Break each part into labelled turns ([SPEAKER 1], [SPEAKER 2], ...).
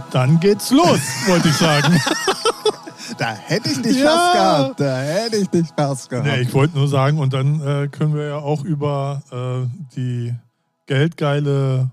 [SPEAKER 1] Dann geht's los, wollte ich sagen.
[SPEAKER 2] Da hätte ich dich fast gehabt.
[SPEAKER 1] Nee, ich wollte nur sagen, und dann können wir ja auch über den geldgeilen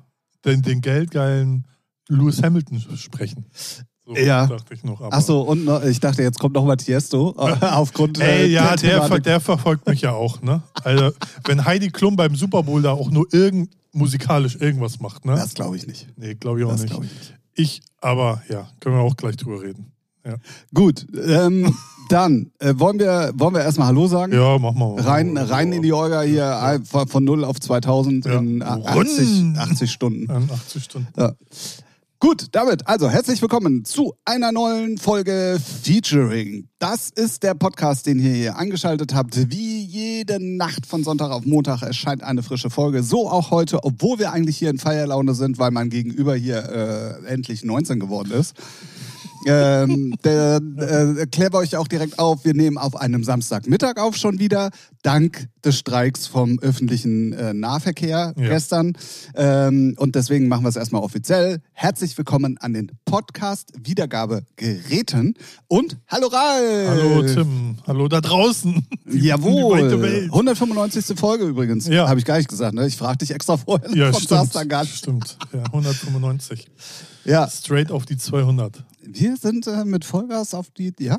[SPEAKER 1] Lewis Hamilton sprechen. So,
[SPEAKER 2] ja.
[SPEAKER 1] Dachte ich noch.
[SPEAKER 2] Achso, und ich dachte, jetzt kommt noch mal Tiesto. Aufgrund
[SPEAKER 1] der verfolgt mich ja auch. Ne? Also, wenn Heidi Klum beim Super Bowl da auch nur musikalisch irgendwas macht. Ne?
[SPEAKER 2] Das glaube ich nicht.
[SPEAKER 1] Nee, glaube ich auch nicht. Aber ja, können wir auch gleich drüber reden. Ja.
[SPEAKER 2] Gut, dann wollen wir erstmal Hallo sagen?
[SPEAKER 1] Ja, machen wir mal.
[SPEAKER 2] Rein in die Olga hier von 0 auf 2000 in 80 Stunden.
[SPEAKER 1] 80 Stunden.
[SPEAKER 2] Ja. Gut, damit, also herzlich willkommen zu einer neuen Folge Featuring. Das ist der Podcast, den ihr hier eingeschaltet habt. Wie jede Nacht von Sonntag auf Montag erscheint eine frische Folge. So auch heute, obwohl wir eigentlich hier in Feierlaune sind, weil mein Gegenüber hier endlich 19 geworden ist. Klären wir euch auch direkt auf, wir nehmen auf einem Samstagmittag auf schon wieder, dank des Streiks vom öffentlichen Nahverkehr gestern. Und deswegen machen wir es erstmal offiziell. Herzlich willkommen an den Podcast-Wiedergabegeräten und hallo Ralf!
[SPEAKER 1] Hallo Tim, hallo da draußen.
[SPEAKER 2] Jawohl,
[SPEAKER 1] die weite Welt.
[SPEAKER 2] 195. Folge übrigens, habe ich gar nicht gesagt, ne? Ich frage dich extra vorher,
[SPEAKER 1] stimmt, stimmt, ja, 195.
[SPEAKER 2] Ja.
[SPEAKER 1] Straight auf die 200.
[SPEAKER 2] Wir sind mit Vollgas auf die, Ja.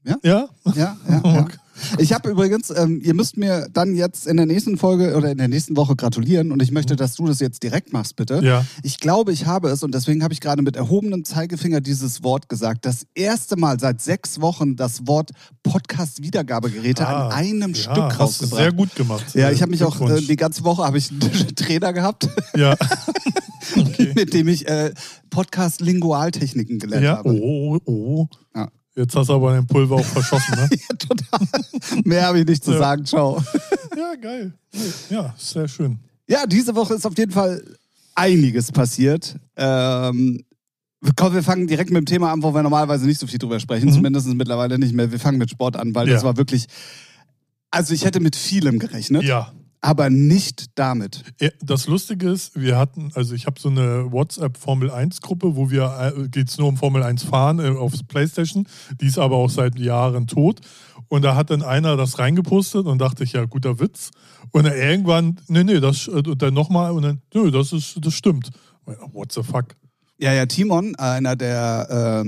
[SPEAKER 1] Okay.
[SPEAKER 2] Ich habe übrigens, ihr müsst mir dann jetzt in der nächsten Folge oder in der nächsten Woche gratulieren und ich möchte, dass du das jetzt direkt machst, bitte.
[SPEAKER 1] Ja.
[SPEAKER 2] Ich glaube, ich habe es und deswegen habe ich gerade mit erhobenem Zeigefinger dieses Wort gesagt. Das erste Mal seit 6 Wochen das Wort Podcast-Wiedergabegeräte an einem Stück rausgebracht.
[SPEAKER 1] Hast du sehr gut gemacht.
[SPEAKER 2] Ja, ich habe mich auch die ganze Woche einen Trainer gehabt.
[SPEAKER 1] Ja. Okay.
[SPEAKER 2] Mit dem ich Podcast-Lingualtechniken gelernt habe.
[SPEAKER 1] Oh.
[SPEAKER 2] Ja.
[SPEAKER 1] Jetzt hast du aber den Pulver auch verschossen, ne?
[SPEAKER 2] Ja, total. Mehr habe ich nicht zu sagen. Ciao.
[SPEAKER 1] Ja, geil. Ja, sehr schön.
[SPEAKER 2] Ja, diese Woche ist auf jeden Fall einiges passiert. Wir fangen direkt mit dem Thema an, wo wir normalerweise nicht so viel drüber sprechen. Zumindest mittlerweile nicht mehr. Wir fangen mit Sport an, weil das war wirklich... Also ich hätte mit vielem gerechnet.
[SPEAKER 1] Ja.
[SPEAKER 2] Aber nicht damit.
[SPEAKER 1] Das Lustige ist, ich habe so eine WhatsApp-Formel-1-Gruppe, wo geht's nur um Formel 1 fahren auf Playstation, die ist aber auch seit Jahren tot. Und da hat dann einer das reingepostet und dachte ich, ja, guter Witz. Und dann irgendwann, und dann nochmal und dann, das stimmt. What the fuck?
[SPEAKER 2] Ja, Timon, einer der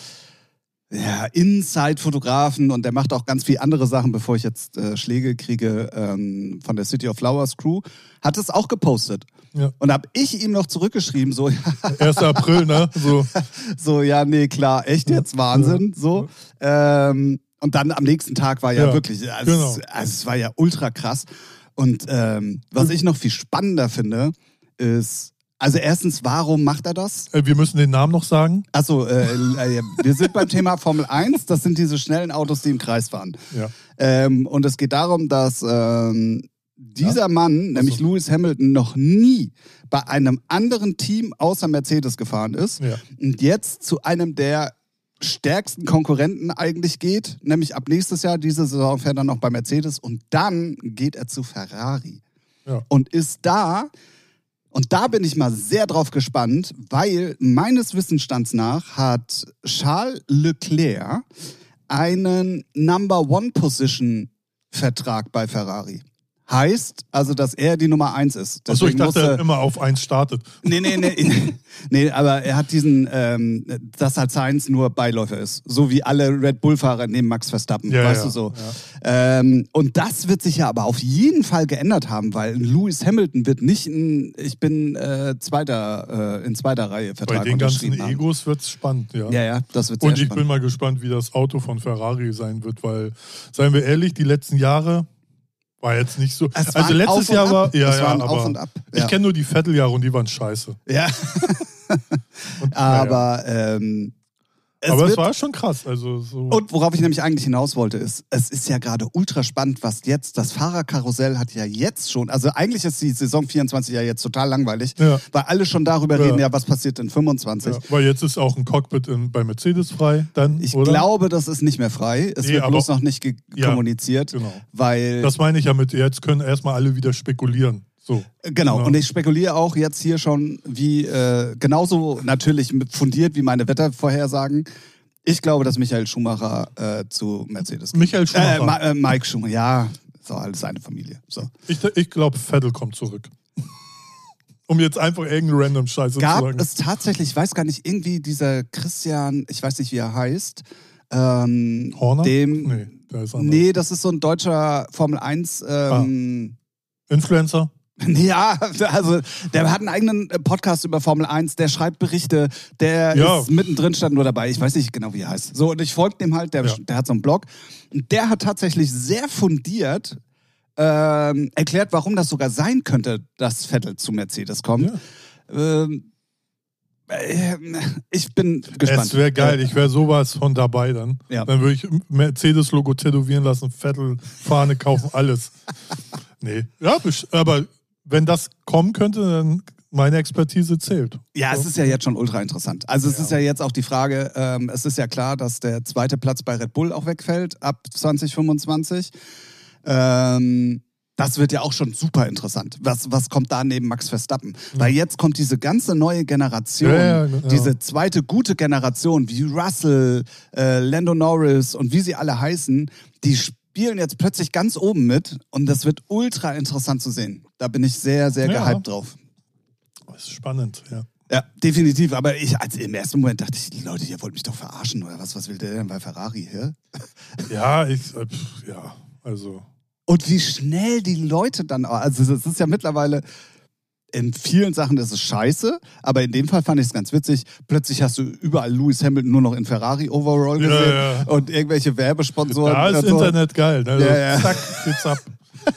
[SPEAKER 2] Inside-Fotografen und der macht auch ganz viele andere Sachen, bevor ich jetzt Schläge kriege von der City of Flowers Crew, hat es auch gepostet. Ja. Und habe ich ihm noch zurückgeschrieben, so
[SPEAKER 1] 1. April, ne?
[SPEAKER 2] So, ja, nee, klar, echt jetzt Wahnsinn. So. Und dann am nächsten Tag war wirklich, es war ja ultra krass. Und was ich noch viel spannender finde, ist, also erstens, warum macht er das?
[SPEAKER 1] Wir müssen den Namen noch sagen.
[SPEAKER 2] Achso, wir sind beim Thema Formel 1. Das sind diese schnellen Autos, die im Kreis fahren. Ja. Und es geht darum, dass dieser Mann, nämlich Lewis Hamilton, noch nie bei einem anderen Team außer Mercedes gefahren ist. Ja. Und jetzt zu einem der stärksten Konkurrenten eigentlich geht. Nämlich ab nächstes Jahr, diese Saison fährt er noch bei Mercedes. Und dann geht er zu Ferrari. Ja. Und ist da... Und da bin ich mal sehr drauf gespannt, weil meines Wissensstands nach hat Charles Leclerc einen Number-One-Position-Vertrag bei Ferrari. Heißt also, dass er die Nummer 1 ist.
[SPEAKER 1] Achso, ich dachte, er immer auf 1 startet.
[SPEAKER 2] Nee, aber er hat diesen, dass halt Sainz nur Beiläufer ist. So wie alle Red Bull-Fahrer neben Max Verstappen, weißt du so. Ja. Und das wird sich ja aber auf jeden Fall geändert haben, weil Lewis Hamilton wird nicht in zweiter Reihe Vertrag unterschrieben haben.
[SPEAKER 1] Bei den ganzen Egos wird es spannend, ja.
[SPEAKER 2] Ja, das wird sehr
[SPEAKER 1] spannend. Und ich
[SPEAKER 2] bin
[SPEAKER 1] mal gespannt, wie das Auto von Ferrari sein wird, weil, seien wir ehrlich, die letzten Jahre war jetzt nicht so. Also letztes Jahr war.
[SPEAKER 2] Es waren Auf und Ab. Ja.
[SPEAKER 1] Ich kenne nur die Vetteljahre und die waren scheiße.
[SPEAKER 2] Ja. Aber
[SPEAKER 1] es war schon krass. Also so.
[SPEAKER 2] Und worauf ich nämlich eigentlich hinaus wollte, ist, es ist ja gerade ultra spannend, was jetzt, das Fahrerkarussell hat ja jetzt schon, also eigentlich ist die Saison 24 ja jetzt total langweilig, weil alle schon darüber reden, was passiert in 25. Ja,
[SPEAKER 1] weil jetzt ist auch ein Cockpit bei Mercedes frei, dann,
[SPEAKER 2] Ich glaube, das ist nicht mehr frei. Es wird bloß noch nicht kommuniziert.
[SPEAKER 1] Genau.
[SPEAKER 2] Weil
[SPEAKER 1] das meine ich ja mit, jetzt können erstmal alle wieder spekulieren. So.
[SPEAKER 2] Genau, und ich spekuliere auch jetzt hier schon, wie genauso natürlich fundiert wie meine Wettervorhersagen. Ich glaube, dass Michael Schumacher zu Mercedes geht.
[SPEAKER 1] Michael Schumacher?
[SPEAKER 2] Mike Schumacher, ja, so alles seine Familie. So.
[SPEAKER 1] Ich glaube, Vettel kommt zurück. Um jetzt einfach irgendeine random Scheiße zu sagen.
[SPEAKER 2] Gab es tatsächlich, ich weiß gar nicht, irgendwie dieser Christian, ich weiß nicht, wie er heißt.
[SPEAKER 1] Horner?
[SPEAKER 2] Nee,
[SPEAKER 1] der ist anders.
[SPEAKER 2] Nee, das ist so ein deutscher Formel 1
[SPEAKER 1] Influencer?
[SPEAKER 2] Ja, also der hat einen eigenen Podcast über Formel 1, der schreibt Berichte, der ist mittendrin, stand nur dabei, ich weiß nicht genau, wie er heißt. So, und ich folge dem halt, der hat so einen Blog und der hat tatsächlich sehr fundiert erklärt, warum das sogar sein könnte, dass Vettel zu Mercedes kommt. Ja. Ich bin gespannt.
[SPEAKER 1] Es wäre geil, ich wäre sowas von dabei dann. Ja. Dann würde ich Mercedes-Logo tätowieren lassen, Vettel-Fahne kaufen, alles. Nee, ja, aber wenn das kommen könnte, dann meine Expertise zählt.
[SPEAKER 2] Ja, so. Es ist ja jetzt schon ultra interessant. Also es ist ja jetzt auch die Frage, es ist ja klar, dass der zweite Platz bei Red Bull auch wegfällt ab 2025. Das wird ja auch schon super interessant. Was kommt da neben Max Verstappen? Weil jetzt kommt diese ganze neue Generation, diese zweite gute Generation, wie Russell, Lando Norris und wie sie alle heißen, die spielen jetzt plötzlich ganz oben mit und das wird ultra interessant zu sehen. Da bin ich sehr, sehr gehypt drauf.
[SPEAKER 1] Das ist spannend, ja.
[SPEAKER 2] Ja, definitiv. Aber im ersten Moment dachte ich, die Leute, ihr wollt mich doch verarschen oder was? Was will der denn bei Ferrari hier?
[SPEAKER 1] Ja, also...
[SPEAKER 2] Und wie schnell die Leute dann, also es ist ja mittlerweile, in vielen Sachen ist es scheiße, aber in dem Fall fand ich es ganz witzig. Plötzlich hast du überall Lewis Hamilton nur noch in Ferrari-Overall gesehen und irgendwelche Werbesponsoren.
[SPEAKER 1] Da ist Internet geil, ne? Zack, geht's ab.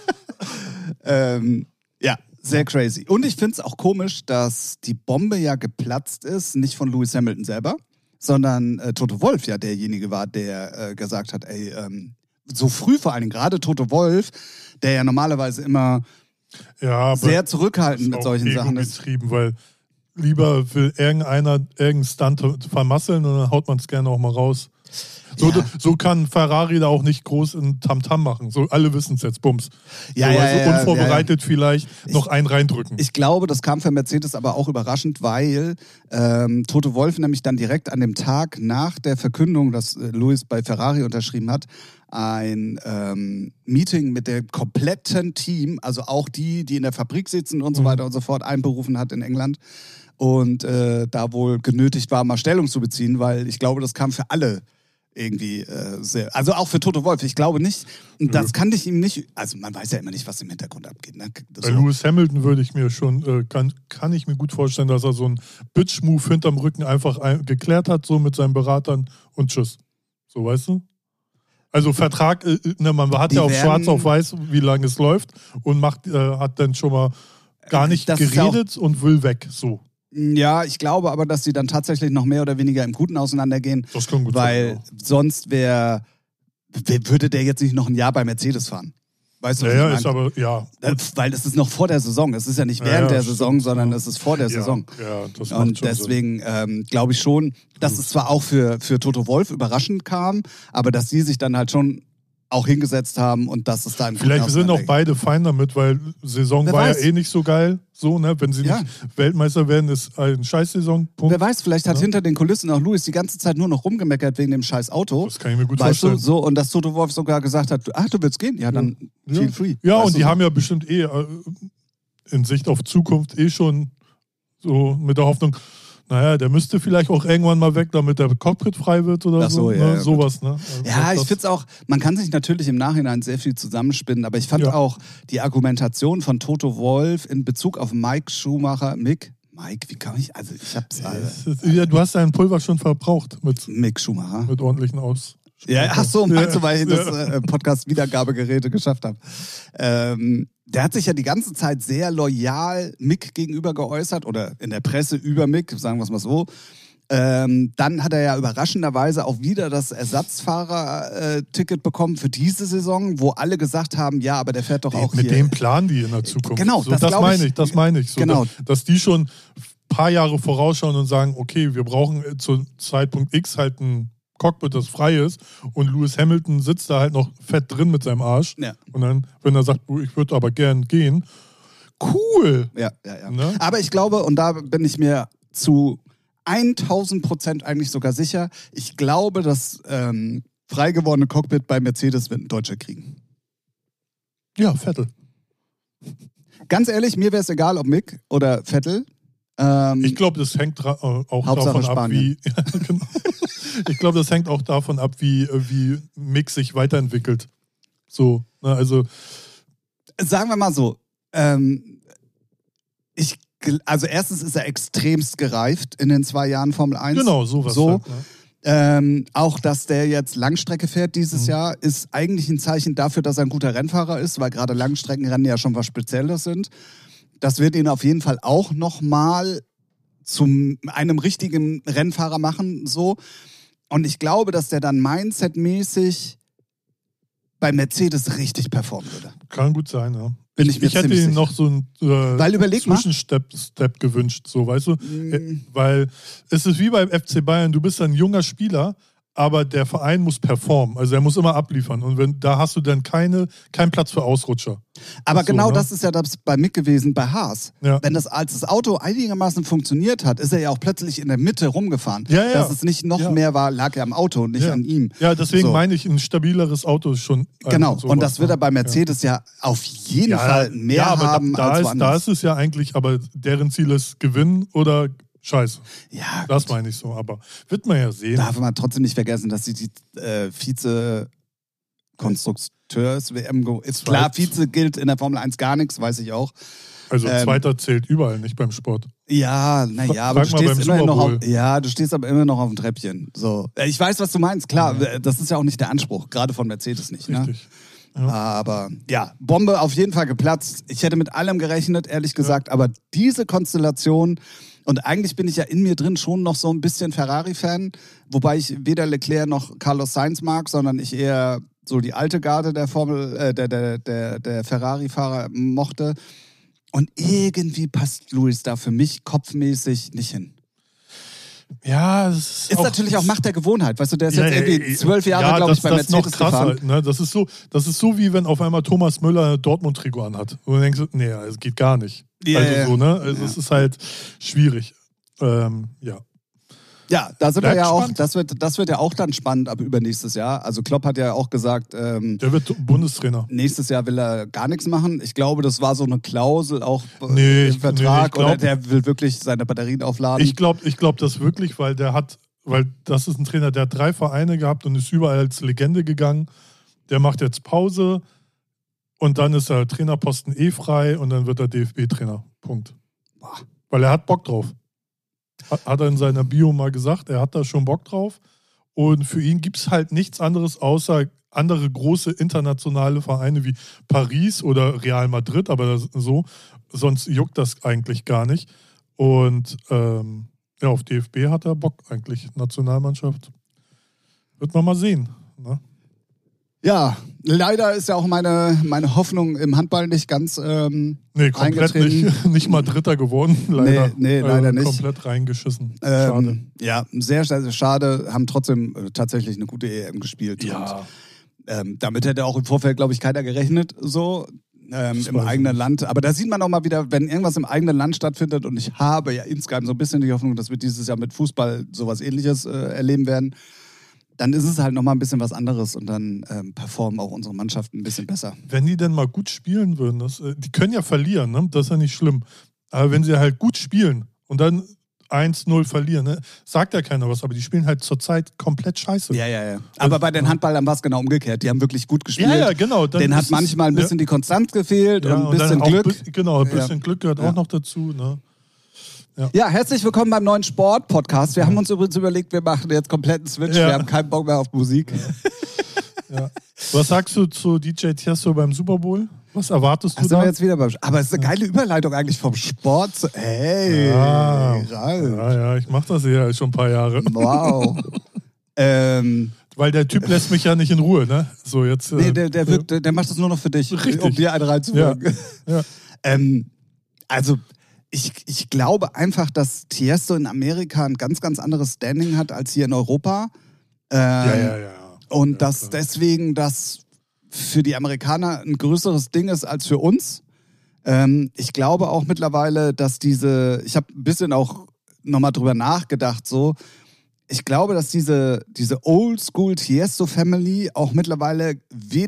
[SPEAKER 2] Ja, sehr crazy. Und ich finde es auch komisch, dass die Bombe ja geplatzt ist, nicht von Lewis Hamilton selber, sondern Toto Wolff ja derjenige war, der gesagt hat, ey, so früh vor allen Dingen, gerade Toto Wolff, der ja normalerweise immer sehr zurückhaltend mit solchen Sachen ist.
[SPEAKER 1] Getrieben, weil lieber will irgendeiner irgendeinen Stunt vermasseln und dann haut man es gerne auch mal raus. So kann Ferrari da auch nicht groß ein Tamtam machen. So, alle wissen es jetzt, bums. Unvorbereitet vielleicht noch einen reindrücken.
[SPEAKER 2] Ich glaube, das kam für Mercedes aber auch überraschend, weil Toto Wolff nämlich dann direkt an dem Tag nach der Verkündung, dass Lewis bei Ferrari unterschrieben hat, ein Meeting mit dem kompletten Team, also auch die in der Fabrik sitzen und so weiter und so fort, einberufen hat in England und da wohl genötigt war, mal Stellung zu beziehen, weil ich glaube, das kam für alle irgendwie sehr, also auch für Toto Wolff, ich glaube nicht, und das kann ich ihm nicht, also man weiß ja immer nicht, was im Hintergrund abgeht. Ne?
[SPEAKER 1] Bei Lewis Hamilton würde ich mir schon, kann ich mir gut vorstellen, dass er so einen Bitch-Move hinterm Rücken einfach geklärt hat, so mit seinen Beratern und tschüss. So, weißt du? Also Vertrag, man hat ja auf schwarz auf weiß, wie lange es läuft und hat dann schon mal gar nicht geredet und will weg, so.
[SPEAKER 2] Ja, ich glaube aber, dass sie dann tatsächlich noch mehr oder weniger im Guten auseinandergehen.
[SPEAKER 1] Das kann gut
[SPEAKER 2] sein. Weil sonst würde der jetzt nicht noch ein Jahr bei Mercedes fahren. Weißt du, was ich meine?
[SPEAKER 1] Ist aber,
[SPEAKER 2] weil es ist noch vor der Saison. Es ist ja nicht während der Saison, sondern es ist vor der Saison.
[SPEAKER 1] Ja, das macht
[SPEAKER 2] und
[SPEAKER 1] schon
[SPEAKER 2] deswegen glaube ich schon, dass es zwar auch für Toto Wolff überraschend kam, aber dass sie sich dann halt schon auch hingesetzt haben und dass es da
[SPEAKER 1] vielleicht sind auch beide fein damit, weil Saison war ja eh nicht so geil. So, ne? Wenn sie nicht Weltmeister werden, ist eine Scheißsaison. Punkt.
[SPEAKER 2] Wer weiß, vielleicht hat hinter den Kulissen auch Lewis die ganze Zeit nur noch rumgemeckert wegen dem scheiß Auto.
[SPEAKER 1] Das kann ich mir gut vorstellen.
[SPEAKER 2] Du, so, und dass Toto Wolff sogar gesagt hat, ach, du willst gehen? Ja, dann feel free.
[SPEAKER 1] Ja, und die haben ja bestimmt in Sicht auf Zukunft schon so mit der Hoffnung, naja, der müsste vielleicht auch irgendwann mal weg, damit der Cockpit frei wird oder so.
[SPEAKER 2] Ja,
[SPEAKER 1] sowas, ne? Also
[SPEAKER 2] ja, ich finde es auch, man kann sich natürlich im Nachhinein sehr viel zusammenspinnen, aber ich fand auch die Argumentation von Toto Wolff in Bezug auf Mike Schumacher, Mike, wie kann ich, also ich hab's
[SPEAKER 1] du hast dein Pulver schon verbraucht mit
[SPEAKER 2] Mick Schumacher.
[SPEAKER 1] Mit ordentlichen Aus.
[SPEAKER 2] Ja, ach so, meinst du, weil ich das Podcast-Wiedergabegeräte geschafft habe. Der hat sich ja die ganze Zeit sehr loyal Mick gegenüber geäußert oder in der Presse über Mick, sagen wir es mal so. Dann hat er ja überraschenderweise auch wieder das Ersatzfahrer-Ticket bekommen für diese Saison, wo alle gesagt haben, ja, aber der fährt doch auch
[SPEAKER 1] mit
[SPEAKER 2] hier.
[SPEAKER 1] dem planen die in der Zukunft.
[SPEAKER 2] Genau,
[SPEAKER 1] so, das meine ich. So,
[SPEAKER 2] genau.
[SPEAKER 1] Dass die schon ein paar Jahre vorausschauen und sagen, okay, wir brauchen zu Zeitpunkt X halt ein Cockpit, das frei ist und Lewis Hamilton sitzt da halt noch fett drin mit seinem Arsch.
[SPEAKER 2] Ja.
[SPEAKER 1] Und dann, wenn er sagt, ich würde aber gern gehen, cool.
[SPEAKER 2] Ja.
[SPEAKER 1] Ne?
[SPEAKER 2] Aber ich glaube, und da bin ich mir zu 1000% eigentlich sogar sicher, ich glaube, das frei gewordene Cockpit bei Mercedes wird ein Deutscher kriegen.
[SPEAKER 1] Ja, Vettel.
[SPEAKER 2] Ganz ehrlich, mir wäre es egal, ob Mick oder Vettel.
[SPEAKER 1] Ich glaube, das hängt auch
[SPEAKER 2] Hauptsache
[SPEAKER 1] davon ab, wie. Ja, genau. Ich glaube, das hängt auch davon ab, wie Mick sich weiterentwickelt. So, ne, also.
[SPEAKER 2] Sagen wir mal so, also erstens ist er extremst gereift in den 2 Jahren Formel 1.
[SPEAKER 1] Genau, sowas.
[SPEAKER 2] So.
[SPEAKER 1] Halt, ne?
[SPEAKER 2] Auch, dass der jetzt Langstrecke fährt dieses Jahr, ist eigentlich ein Zeichen dafür, dass er ein guter Rennfahrer ist, weil gerade Langstreckenrennen ja schon was Spezielles sind. Das wird ihn auf jeden Fall auch nochmal zu einem richtigen Rennfahrer machen. So. Und ich glaube, dass der dann mindsetmäßig bei Mercedes richtig performen würde.
[SPEAKER 1] Kann gut sein, ja.
[SPEAKER 2] Ich
[SPEAKER 1] hätte ihm noch so einen
[SPEAKER 2] Zwischenstep
[SPEAKER 1] gewünscht, so, weißt du? Weil es ist wie beim FC Bayern, du bist ein junger Spieler, aber der Verein muss performen. Also er muss immer abliefern. Und da hast du dann keinen Platz für Ausrutscher.
[SPEAKER 2] Aber genau das ist ja das bei Mick gewesen, bei Haas.
[SPEAKER 1] Ja.
[SPEAKER 2] Als das Auto einigermaßen funktioniert hat, ist er ja auch plötzlich in der Mitte rumgefahren.
[SPEAKER 1] Ja.
[SPEAKER 2] Dass es nicht noch mehr war, lag er am Auto und nicht an ihm.
[SPEAKER 1] Ja, deswegen meine ich, ein stabileres Auto ist schon.
[SPEAKER 2] Genau, und das wird er bei Mercedes ja auf jeden Fall mehr haben als woanders.
[SPEAKER 1] Da ist es ja eigentlich, aber deren Ziel ist gewinnen oder Scheiße.
[SPEAKER 2] Ja,
[SPEAKER 1] das meine ich so, aber wird man ja sehen.
[SPEAKER 2] Darf man trotzdem nicht vergessen, dass sie die Vize-Konstrukteurs-WM ist. Klar, Vize gilt in der Formel 1 gar nichts, weiß ich auch.
[SPEAKER 1] Also Zweiter zählt überall, nicht beim Sport.
[SPEAKER 2] Ja, naja, aber du stehst immerhin noch du stehst aber immer noch auf dem Treppchen. So. Ich weiß, was du meinst, klar, das ist ja auch nicht der Anspruch, gerade von Mercedes nicht.
[SPEAKER 1] Richtig.
[SPEAKER 2] Ne? Ja. Aber ja, Bombe auf jeden Fall geplatzt. Ich hätte mit allem gerechnet, ehrlich gesagt, aber diese Konstellation. Und eigentlich bin ich ja in mir drin schon noch so ein bisschen Ferrari-Fan, wobei ich weder Leclerc noch Carlos Sainz mag, sondern ich eher so die alte Garde der der Ferrari-Fahrer mochte. Und irgendwie passt Lewis da für mich kopfmäßig nicht hin.
[SPEAKER 1] Ja, das
[SPEAKER 2] ist natürlich auch Macht der Gewohnheit. Weißt du, der ist jetzt irgendwie 12 Jahre, glaube ich, bei Mercedes
[SPEAKER 1] noch krasser, gefahren. Ne? Das ist so wie wenn auf einmal Thomas Müller ein Dortmund-Trikot anhat. Und du denkst, nee, es geht gar nicht. Also es ist halt schwierig.
[SPEAKER 2] Ja, da sind wir ja auch, das wird ja auch dann spannend ab übernächstes Jahr. Also Klopp hat ja auch gesagt,
[SPEAKER 1] der wird Bundestrainer.
[SPEAKER 2] Nächstes Jahr will er gar nichts machen. Ich glaube, das war so eine Klausel auch im Vertrag oder der will wirklich seine Batterien aufladen.
[SPEAKER 1] Ich glaube das wirklich, weil das ist ein Trainer, der hat 3 Vereine gehabt und ist überall als Legende gegangen. Der macht jetzt Pause und dann ist der Trainerposten frei und dann wird er DFB-Trainer. Punkt.
[SPEAKER 2] Boah.
[SPEAKER 1] Weil er hat Bock drauf. Hat er in seiner Bio mal gesagt, er hat da schon Bock drauf. Und für ihn gibt es halt nichts anderes außer andere große internationale Vereine wie Paris oder Real Madrid, aber sonst juckt das eigentlich gar nicht. Und auf DFB hat er Bock eigentlich, Nationalmannschaft. Wird man mal sehen. Ne?
[SPEAKER 2] Ja, leider ist ja auch meine Hoffnung im Handball nicht ganz
[SPEAKER 1] komplett nicht mal Dritter geworden, leider.
[SPEAKER 2] Nee, leider nicht.
[SPEAKER 1] Komplett reingeschissen. Schade.
[SPEAKER 2] Ja, sehr, sehr schade. Haben trotzdem tatsächlich eine gute EM gespielt.
[SPEAKER 1] Ja.
[SPEAKER 2] Und, damit hätte auch im Vorfeld, glaube ich, keiner gerechnet, so im eigenen Land. Aber da sieht man auch mal wieder, wenn irgendwas im eigenen Land stattfindet, und ich habe ja insgesamt so ein bisschen die Hoffnung, dass wir dieses Jahr mit Fußball sowas Ähnliches erleben werden, dann ist es halt nochmal ein bisschen was anderes und dann performen auch unsere Mannschaften ein bisschen besser.
[SPEAKER 1] Wenn die denn mal gut spielen würden, die können ja verlieren, ne? Das ist ja nicht schlimm. Aber wenn sie halt gut spielen und dann 1-0 verlieren, ne? Sagt ja keiner was, aber die spielen halt zurzeit komplett scheiße.
[SPEAKER 2] Ja. Aber bei den Handballern war es genau umgekehrt. Die haben wirklich gut gespielt.
[SPEAKER 1] Ja, genau.
[SPEAKER 2] Denen hat manchmal ein bisschen die Konstanz gefehlt und ein bisschen Glück.
[SPEAKER 1] Ein bisschen Glück gehört auch noch dazu, ne?
[SPEAKER 2] Ja, herzlich willkommen beim neuen Sport-Podcast. Wir haben uns übrigens überlegt, wir machen jetzt kompletten Switch. Wir haben keinen Bock mehr auf Musik.
[SPEAKER 1] Ja. Was sagst du zu DJ Tiesto beim Super Bowl? Was erwartest du
[SPEAKER 2] da? Jetzt wieder aber es ist eine geile Überleitung eigentlich vom Sport zu... Hey,
[SPEAKER 1] Ralf. Ja, ich mache das ja schon ein paar Jahre.
[SPEAKER 2] Wow.
[SPEAKER 1] Weil der Typ lässt mich ja nicht in Ruhe, ne? So jetzt.
[SPEAKER 2] Nee, der macht das nur noch für dich,
[SPEAKER 1] richtig.
[SPEAKER 2] Um dir eine reinzuwirken.
[SPEAKER 1] Ja.
[SPEAKER 2] Also... Ich glaube einfach, dass Tiesto in Amerika ein ganz, ganz anderes Standing hat als hier in Europa.
[SPEAKER 1] Ja.
[SPEAKER 2] Und dass deswegen das für die Amerikaner ein größeres Ding ist als für uns. Ich glaube auch mittlerweile, dass ich habe ein bisschen auch nochmal drüber nachgedacht, so, ich glaube, dass diese Oldschool Tiesto Family auch mittlerweile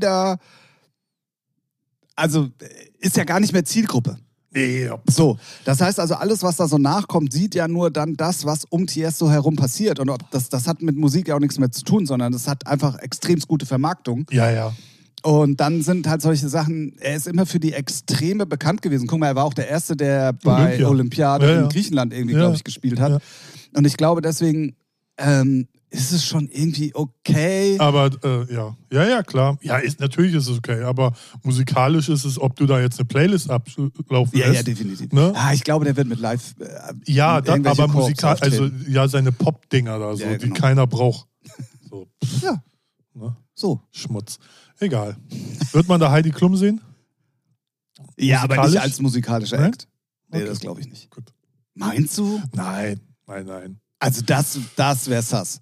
[SPEAKER 2] ist ja gar nicht mehr Zielgruppe.
[SPEAKER 1] Nee.
[SPEAKER 2] So, das heißt also, alles, was da so nachkommt, sieht ja nur dann das, was um Tiesto herum passiert. Und das hat mit Musik ja auch nichts mehr zu tun, sondern das hat einfach extrem gute Vermarktung.
[SPEAKER 1] Ja.
[SPEAKER 2] Und dann sind halt solche Sachen, er ist immer für die Extreme bekannt gewesen. Guck mal, er war auch der Erste, der bei Olympiade in Griechenland irgendwie, glaube ich, gespielt hat. Ja. Und ich glaube, deswegen ist es schon irgendwie okay.
[SPEAKER 1] Aber ja, klar. Ja, natürlich ist es okay, aber musikalisch ist es, ob du da jetzt eine Playlist ablaufen lässt.
[SPEAKER 2] Ja, definitiv. Ne? Ich glaube, der wird mit live
[SPEAKER 1] aber musikalisch, also seine Pop-Dinger da, so, ja, genau. Die keiner braucht. So.
[SPEAKER 2] Ja.
[SPEAKER 1] Ne?
[SPEAKER 2] So.
[SPEAKER 1] Schmutz. Egal. Wird man da Heidi Klum sehen?
[SPEAKER 2] Ja, aber nicht als musikalischer Act. Nee,
[SPEAKER 1] okay.
[SPEAKER 2] Das glaube ich nicht.
[SPEAKER 1] Gut.
[SPEAKER 2] Meinst du?
[SPEAKER 1] Nein.
[SPEAKER 2] Also das wäre sass.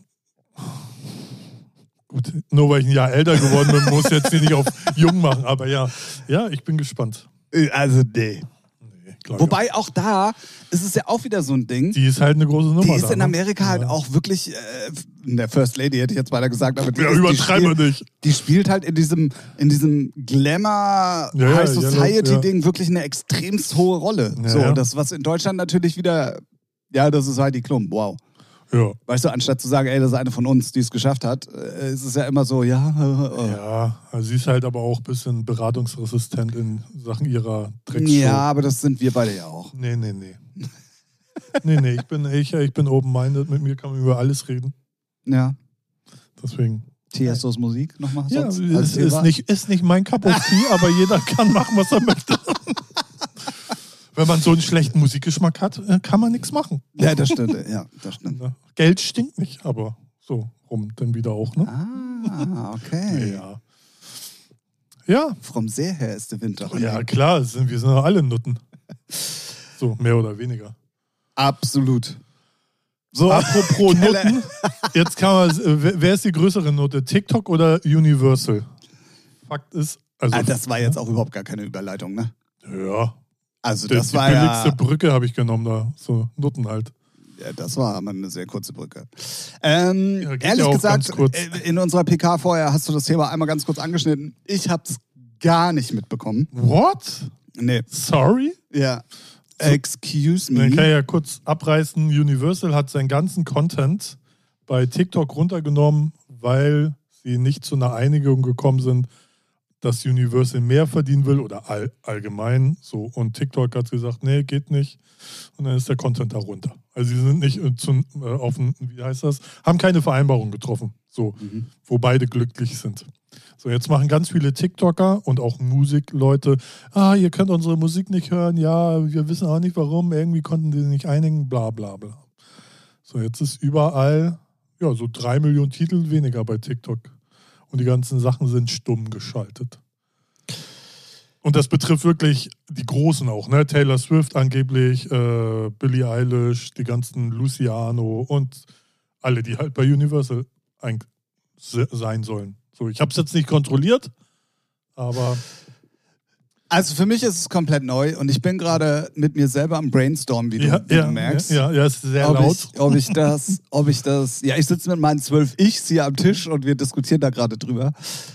[SPEAKER 1] Gut, nur weil ich ein Jahr älter geworden bin, muss jetzt hier nicht auf jung machen. Aber ja, ich bin gespannt.
[SPEAKER 2] Also nee. Wobei auch da ist es ja auch wieder so ein Ding.
[SPEAKER 1] Die ist halt eine große Nummer.
[SPEAKER 2] Die ist in Amerika halt auch wirklich, der First Lady hätte ich jetzt weiter gesagt, aber
[SPEAKER 1] übertreiben wir nicht.
[SPEAKER 2] Die spielt halt in diesem Glamour High Society Ding wirklich eine extremst hohe Rolle. Ja, so, das was in Deutschland natürlich wieder, das ist Heidi Klum, wow.
[SPEAKER 1] Ja.
[SPEAKER 2] Weißt du, anstatt zu sagen, ey, das ist eine von uns, die es geschafft hat, ist es ja immer so,
[SPEAKER 1] Ja, also sie ist halt aber auch ein bisschen beratungsresistent in Sachen ihrer Dreckshow.
[SPEAKER 2] Ja, aber das sind wir beide ja auch.
[SPEAKER 1] Nee. Ich bin open-minded, mit mir kann man über alles reden.
[SPEAKER 2] Ja.
[SPEAKER 1] Deswegen.
[SPEAKER 2] Tiestos Musik nochmal?
[SPEAKER 1] Ja, ist nicht mein Cup of Tea, aber jeder kann machen, was er möchte. Wenn man so einen schlechten Musikgeschmack hat, kann man nichts machen.
[SPEAKER 2] Ja, das stimmt.
[SPEAKER 1] Geld stinkt nicht, aber so rum dann wieder auch, ne?
[SPEAKER 2] Ah, okay.
[SPEAKER 1] Ja.
[SPEAKER 2] Vom See her ist der Winter.
[SPEAKER 1] Ja, klar, wir sind doch alle Nutten. So, mehr oder weniger.
[SPEAKER 2] Absolut.
[SPEAKER 1] So, apropos Nutten, jetzt kann man, wer ist die größere Note? TikTok oder Universal? Fakt ist,
[SPEAKER 2] das war jetzt auch überhaupt gar keine Überleitung, ne?
[SPEAKER 1] Ja.
[SPEAKER 2] Also das
[SPEAKER 1] war die billigste Brücke habe ich genommen da, so Nutten halt.
[SPEAKER 2] Ja, das war aber eine sehr kurze Brücke. Ehrlich gesagt, in unserer PK vorher hast du das Thema einmal ganz kurz angeschnitten. Ich habe es gar nicht mitbekommen.
[SPEAKER 1] What?
[SPEAKER 2] Nee.
[SPEAKER 1] Sorry?
[SPEAKER 2] Ja. Excuse me.
[SPEAKER 1] Man kann ja kurz abreißen. Universal hat seinen ganzen Content bei TikTok runtergenommen, weil sie nicht zu einer Einigung gekommen sind, dass Universal mehr verdienen will oder allgemein so. Und TikTok hat gesagt, nee, geht nicht. Und dann ist der Content da runter. Also sie sind nicht haben keine Vereinbarung getroffen, so, wo beide glücklich sind. So, jetzt machen ganz viele TikToker und auch Musikleute, ihr könnt unsere Musik nicht hören, ja, wir wissen auch nicht warum, irgendwie konnten die nicht einigen, bla bla bla. So, jetzt ist überall, so 3 Millionen Titel weniger bei TikTok. Und die ganzen Sachen sind stumm geschaltet. Und das betrifft wirklich die Großen auch, ne? Taylor Swift angeblich, Billie Eilish, die ganzen Luciano und alle, die halt bei Universal sein sollen. So, ich habe es jetzt nicht kontrolliert, aber...
[SPEAKER 2] Also für mich ist es komplett neu und ich bin gerade mit mir selber am Brainstormen, wie du merkst.
[SPEAKER 1] Ja, ist sehr laut.
[SPEAKER 2] Ob ich das, ich sitze mit meinen 12 Ichs hier am Tisch und wir diskutieren da gerade drüber,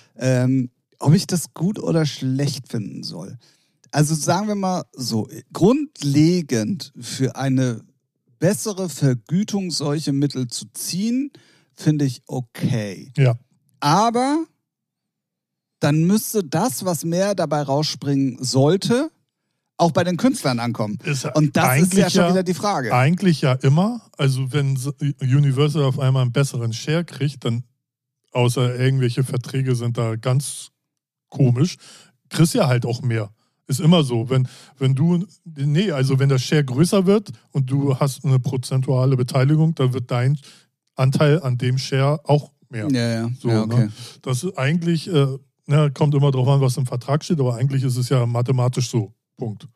[SPEAKER 2] ob ich das gut oder schlecht finden soll. Also sagen wir mal so, grundlegend für eine bessere Vergütung solche Mittel zu ziehen, finde ich okay.
[SPEAKER 1] Ja.
[SPEAKER 2] Aber dann müsste das, was mehr dabei rausspringen sollte, auch bei den Künstlern ankommen. Und das ist ja schon wieder die Frage.
[SPEAKER 1] Eigentlich ja immer. Also wenn Universal auf einmal einen besseren Share kriegt, dann außer irgendwelche Verträge sind da ganz komisch, kriegst ja halt auch mehr. Ist immer so. Wenn der Share größer wird und du hast eine prozentuale Beteiligung, dann wird dein Anteil an dem Share auch mehr.
[SPEAKER 2] Ja.
[SPEAKER 1] So,
[SPEAKER 2] ja, okay.
[SPEAKER 1] Ne? Das ist eigentlich... kommt immer drauf an, was im Vertrag steht, aber eigentlich ist es ja mathematisch so. Punkt.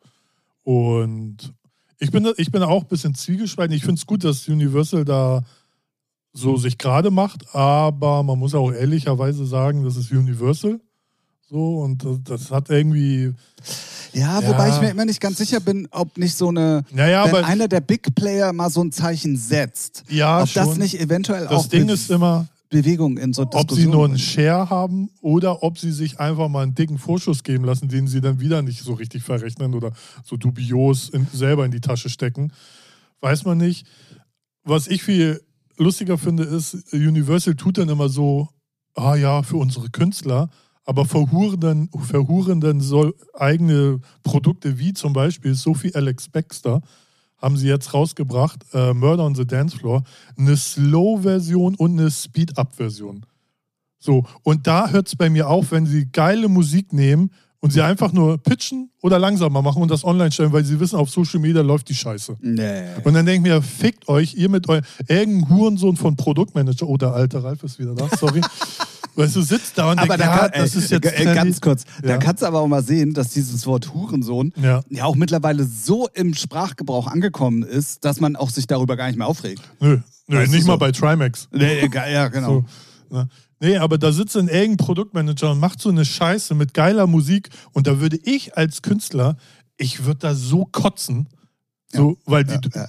[SPEAKER 1] Und ich bin auch ein bisschen zwiegespalten. Ich finde es gut, dass Universal da so sich gerade macht, aber man muss auch ehrlicherweise sagen, das ist Universal. So, und das hat irgendwie.
[SPEAKER 2] Ja, wobei ich mir immer nicht ganz sicher bin, ob nicht so eine, wenn einer der Big Player mal so ein Zeichen setzt, ob
[SPEAKER 1] schon.
[SPEAKER 2] das nicht eventuell
[SPEAKER 1] das
[SPEAKER 2] auch
[SPEAKER 1] Ding ist immer
[SPEAKER 2] Bewegung in so Diskussionen.
[SPEAKER 1] Ob sie nur einen Share haben oder ob sie sich einfach mal einen dicken Vorschuss geben lassen, den sie dann wieder nicht so richtig verrechnen oder so dubios selber in die Tasche stecken. Weiß man nicht. Was ich viel lustiger finde, ist, Universal tut dann immer so, für unsere Künstler, aber verhuren dann so eigene Produkte wie zum Beispiel Sophie Alex Baxter, haben sie jetzt rausgebracht, Murder on the Dance Floor, eine Slow-Version und eine Speed-Up-Version. So, und da hört es bei mir auf, wenn sie geile Musik nehmen und sie einfach nur pitchen oder langsamer machen und das online stellen, weil sie wissen, auf Social Media läuft die Scheiße.
[SPEAKER 2] Nee.
[SPEAKER 1] Und dann denke ich mir, fickt euch, ihr mit eurem irgendein Hurensohn von Produktmanager, der alte Ralf ist wieder da, sorry. Weißt du, sitzt da und denkst, das ist jetzt
[SPEAKER 2] ganz kurz, da kannst du aber auch mal sehen, dass dieses Wort Hurensohn ja auch mittlerweile so im Sprachgebrauch angekommen ist, dass man auch sich darüber gar nicht mehr aufregt.
[SPEAKER 1] Nö nicht mal bei Trimax.
[SPEAKER 2] Nee, ja, genau.
[SPEAKER 1] So, ne? Nee, aber da sitzt ein irgendein Produktmanager und macht so eine Scheiße mit geiler Musik und da würde ich als Künstler, ich würde da so kotzen, so, weil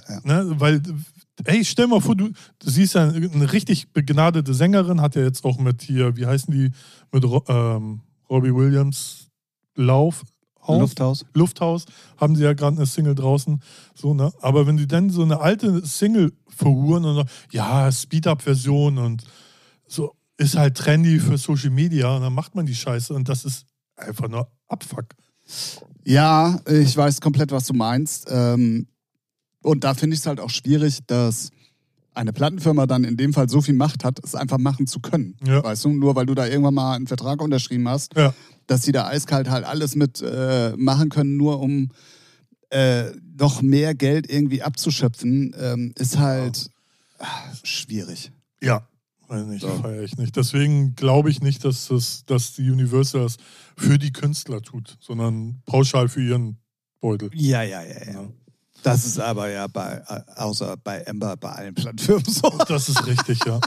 [SPEAKER 1] ey, stell mal vor, du siehst ja eine richtig begnadete Sängerin, hat ja jetzt auch mit hier, wie heißen die, mit Robbie Williams, Lufthaus, haben sie ja gerade eine Single draußen, so, ne? Aber wenn die dann so eine alte Single verhuren und so, Speed-Up-Version und so, ist halt trendy für Social Media und dann macht man die Scheiße und das ist einfach nur Abfuck.
[SPEAKER 2] Ja, ich weiß komplett, was du meinst. Und da finde ich es halt auch schwierig, dass eine Plattenfirma dann in dem Fall so viel Macht hat, es einfach machen zu können. Ja. Weißt du, nur weil du da irgendwann mal einen Vertrag unterschrieben hast, dass die da eiskalt halt alles mit machen können, nur um noch mehr Geld irgendwie abzuschöpfen, ist halt schwierig.
[SPEAKER 1] Ja. Feiere ich nicht. Deswegen glaube ich nicht, dass die Universal das für die Künstler tut, sondern pauschal für ihren Beutel.
[SPEAKER 2] Ja. Das ist aber außer bei Ember, bei allen Plattenfirmen so.
[SPEAKER 1] Das ist richtig, ja.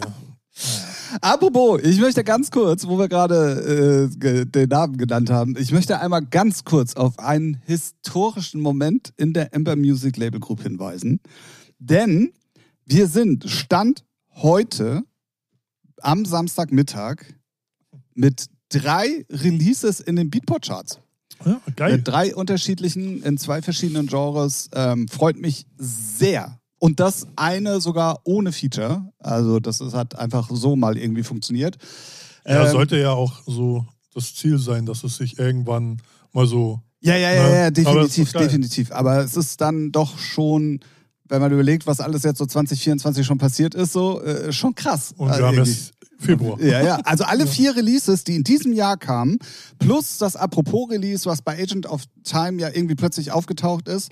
[SPEAKER 2] Apropos, ich möchte ganz kurz, wo wir gerade den Namen genannt haben, ich möchte einmal ganz kurz auf einen historischen Moment in der Ember Music Label Group hinweisen. Denn wir sind Stand heute am Samstagmittag mit 3 Releases in den Beatport-Charts.
[SPEAKER 1] Ja, geil.
[SPEAKER 2] Mit 3 unterschiedlichen, in 2 verschiedenen Genres. Freut mich sehr. Und das eine sogar ohne Feature. Also das hat einfach so mal irgendwie funktioniert.
[SPEAKER 1] Ja, sollte ja auch so das Ziel sein, dass es sich irgendwann mal so...
[SPEAKER 2] Ja, definitiv. Aber es ist dann doch schon... Wenn man überlegt, was alles jetzt so 2024 schon passiert ist, so schon krass.
[SPEAKER 1] Und wir haben jetzt Februar.
[SPEAKER 2] Ja. Also alle 4 Releases, die in diesem Jahr kamen, plus das Apropos-Release, was bei Agent of Time ja irgendwie plötzlich aufgetaucht ist,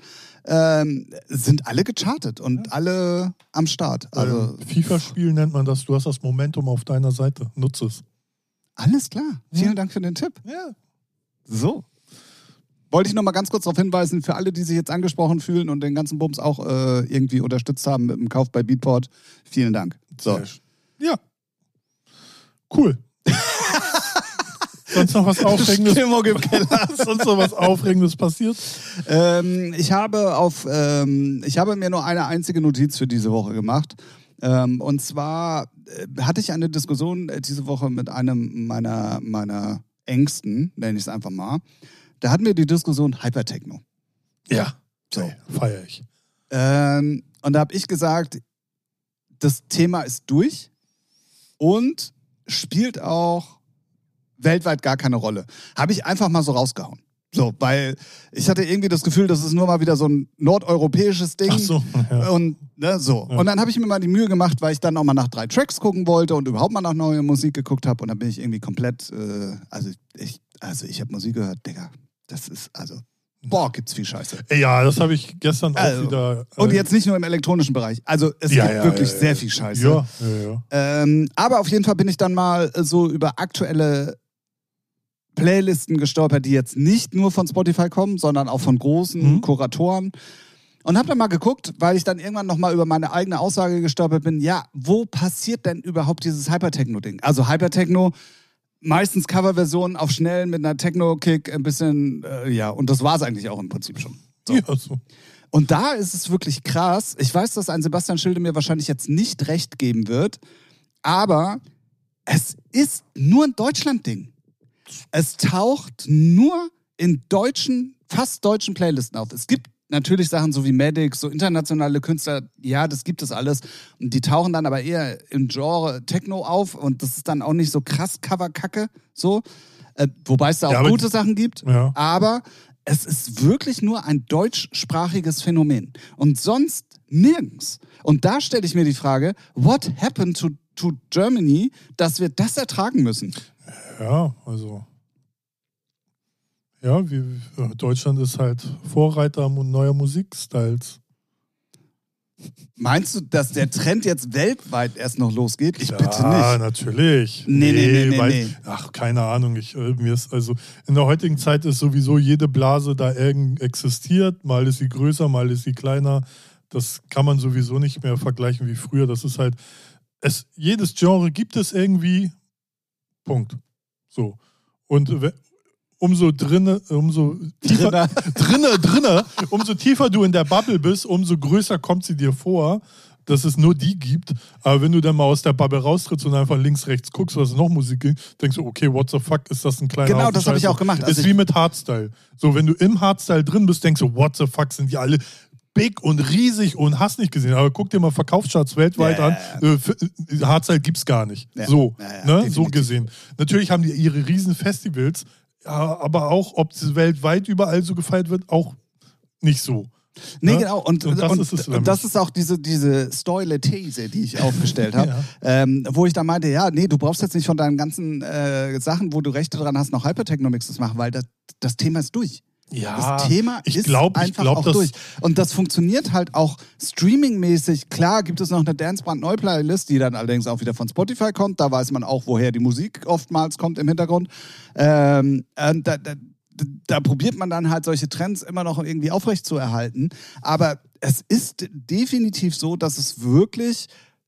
[SPEAKER 2] sind alle gechartet und alle am Start. Also
[SPEAKER 1] FIFA-Spiel nennt man das. Du hast das Momentum auf deiner Seite. Nutze es.
[SPEAKER 2] Alles klar. Vielen Dank für den Tipp.
[SPEAKER 1] Ja.
[SPEAKER 2] So. Wollte ich noch mal ganz kurz darauf hinweisen, für alle, die sich jetzt angesprochen fühlen und den ganzen Bums auch irgendwie unterstützt haben mit dem Kauf bei Beatport. Vielen Dank. So.
[SPEAKER 1] Ja. Cool. Sonst noch was Aufregendes? Sonst noch was Aufregendes passiert?
[SPEAKER 2] Ich habe mir nur eine einzige Notiz für diese Woche gemacht. Und zwar hatte ich eine Diskussion diese Woche mit einem meiner Ängsten, nenne ich es einfach mal. Da hatten wir die Diskussion Hypertechno.
[SPEAKER 1] Ja, so feiere ich.
[SPEAKER 2] Und da habe ich gesagt, das Thema ist durch und spielt auch weltweit gar keine Rolle. Habe ich einfach mal so rausgehauen. So, weil ich hatte irgendwie das Gefühl, das ist nur mal wieder so ein nordeuropäisches Ding.
[SPEAKER 1] Ach so, ja.
[SPEAKER 2] Und so. Ja. Und dann habe ich mir mal die Mühe gemacht, weil ich dann auch mal nach 3 Tracks gucken wollte und überhaupt mal nach neuer Musik geguckt habe. Und dann bin ich irgendwie komplett, ich habe Musik gehört, Digga. Das ist, gibt's viel Scheiße.
[SPEAKER 1] Ja, das habe ich gestern auch wieder.
[SPEAKER 2] Und jetzt nicht nur im elektronischen Bereich. Also es gibt wirklich sehr viel Scheiße.
[SPEAKER 1] Ja.
[SPEAKER 2] Aber auf jeden Fall bin ich dann mal so über aktuelle Playlisten gestolpert, die jetzt nicht nur von Spotify kommen, sondern auch von großen Kuratoren. Und habe dann mal geguckt, weil ich dann irgendwann nochmal über meine eigene Aussage gestolpert bin, ja, wo passiert denn überhaupt dieses Hypertechno-Ding? Also Hypertechno, meistens Coverversionen auf schnell mit einer Techno-Kick, ein bisschen, und das war es eigentlich auch im Prinzip schon. So.
[SPEAKER 1] Ja, so.
[SPEAKER 2] Und da ist es wirklich krass. Ich weiß, dass ein Sebastian Schilde mir wahrscheinlich jetzt nicht recht geben wird, aber es ist nur ein Deutschland-Ding. Es taucht nur in fast deutschen Playlisten auf. Es gibt natürlich Sachen so wie Medic, so internationale Künstler, ja, das gibt es alles. Und die tauchen dann aber eher im Genre Techno auf und das ist dann auch nicht so krass Cover-Kacke, so. Wobei es da auch gute Sachen gibt. Ja. Aber es ist wirklich nur ein deutschsprachiges Phänomen. Und sonst nirgends. Und da stelle ich mir die Frage, what happened to Germany, dass wir das ertragen müssen?
[SPEAKER 1] Ja, also... Ja, Deutschland ist halt Vorreiter neuer Musikstyles.
[SPEAKER 2] Meinst du, dass der Trend jetzt weltweit erst noch losgeht? Ich bitte nicht.
[SPEAKER 1] Ja, natürlich.
[SPEAKER 2] Nee.
[SPEAKER 1] Ach, keine Ahnung. Also in der heutigen Zeit ist sowieso jede Blase da existiert. Mal ist sie größer, mal ist sie kleiner. Das kann man sowieso nicht mehr vergleichen wie früher. Das ist halt, jedes Genre gibt es irgendwie. Punkt. So. Und umso tiefer du in der Bubble bist, umso größer kommt sie dir vor, dass es nur die gibt. Aber wenn du dann mal aus der Bubble raustrittst und einfach links, rechts guckst, was noch Musik gibt, denkst du, okay, what the fuck, ist das ein kleiner
[SPEAKER 2] Genau, das habe ich auch gemacht.
[SPEAKER 1] Ist wie mit Hardstyle. So, wenn du im Hardstyle drin bist, denkst du, what the fuck, sind die alle big und riesig und hast nicht gesehen. Aber guck dir mal Verkaufscharts weltweit an. Hardstyle gibt's gar nicht. Ja. So, so gesehen. Natürlich haben die ihre riesen Festivals, ja, aber auch, ob es weltweit überall so gefeiert wird, auch nicht so.
[SPEAKER 2] Nee, genau. Und das ist auch diese Stoile-These, die ich aufgestellt habe, wo ich dann meinte, du brauchst jetzt nicht von deinen ganzen Sachen, wo du Rechte dran hast, noch Hypertechno-Mixes machen, weil das Thema ist durch.
[SPEAKER 1] Ja,
[SPEAKER 2] das Thema ist einfach auch durch. Und das funktioniert halt auch streamingmäßig. Klar gibt es noch eine Dance-Brand-Neu-Playlist, die dann allerdings auch wieder von Spotify kommt. Da weiß man auch, woher die Musik oftmals kommt im Hintergrund. Da probiert man dann halt solche Trends immer noch irgendwie aufrecht zu erhalten. Aber es ist definitiv so, dass es wirklich...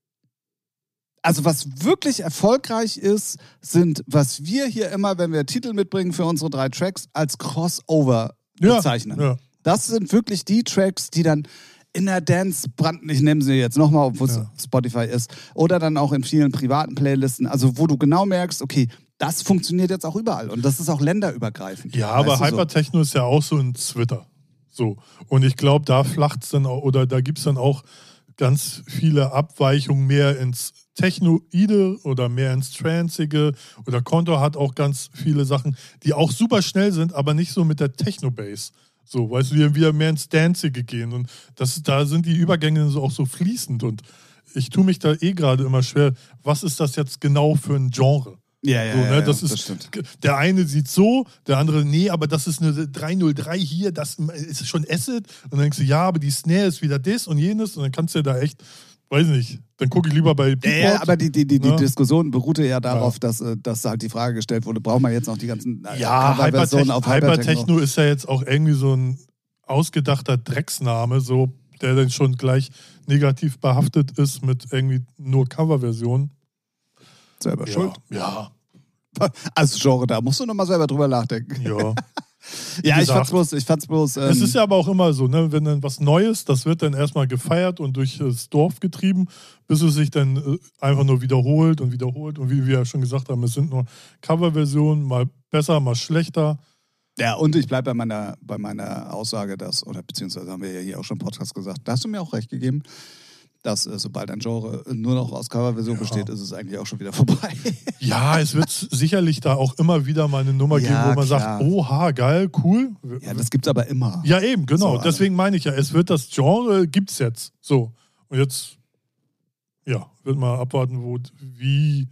[SPEAKER 2] Also was wirklich erfolgreich ist, sind, was wir hier immer, wenn wir Titel mitbringen für unsere 3 Tracks, als Crossover bezeichnen. Ja. Das sind wirklich die Tracks, die dann in der Dance-Brand, ich nehme sie jetzt nochmal, obwohl es Spotify ist, oder dann auch in vielen privaten Playlisten, also wo du genau merkst, okay, das funktioniert jetzt auch überall und das ist auch länderübergreifend.
[SPEAKER 1] Ja, aber Hypertechno ist ja auch so ein Twitter. So. Und ich glaube, da flacht es dann auch, oder da gibt es dann auch ganz viele Abweichungen mehr ins Technoide oder mehr ins Trancige, oder Konto hat auch ganz viele Sachen, die auch super schnell sind, aber nicht so mit der Techno-Bass. So, weißt du, die wieder mehr ins Dancige gehen und da sind die Übergänge so auch so fließend und ich tue mich da gerade immer schwer, was ist das jetzt genau für ein Genre? Das stimmt. Der eine sieht so, der andere, nee, aber das ist eine 303 hier, das ist schon Acid. Und dann denkst du, ja, aber die Snare ist wieder das und jenes. Und dann kannst du da echt, weiß nicht, dann gucke ich lieber bei Beatport.
[SPEAKER 2] Ja, aber die Diskussion beruhte ja darauf, dass halt die Frage gestellt wurde, braucht man jetzt noch die ganzen
[SPEAKER 1] Versionen auf Hypertechno ist ja jetzt auch irgendwie so ein ausgedachter Drecksname, so, der dann schon gleich negativ behaftet ist mit irgendwie nur Coverversionen.
[SPEAKER 2] Selber schuld.
[SPEAKER 1] Ja.
[SPEAKER 2] Als Genre, da musst du nochmal selber drüber nachdenken.
[SPEAKER 1] Ja.
[SPEAKER 2] Ich fand's bloß.
[SPEAKER 1] Es ist ja aber auch immer so, ne, wenn dann was Neues, das wird dann erstmal gefeiert und durch das Dorf getrieben, bis es sich dann einfach nur wiederholt. Und wie wir ja schon gesagt haben, es sind nur Coverversionen, mal besser, mal schlechter.
[SPEAKER 2] Ja, und ich bleibe bei meiner Aussage, beziehungsweise haben wir ja hier auch schon im Podcast gesagt, da hast du mir auch recht gegeben, dass sobald ein Genre nur noch aus Coverversion besteht, ist es eigentlich auch schon wieder vorbei.
[SPEAKER 1] Ja, es wird sicherlich da auch immer wieder mal eine Nummer geben, wo man sagt, oha, geil, cool.
[SPEAKER 2] Ja, das gibt's aber immer.
[SPEAKER 1] Ja, eben, genau. So, deswegen meine ich ja, das Genre gibt's jetzt. So. Und jetzt, wird mal abwarten, wie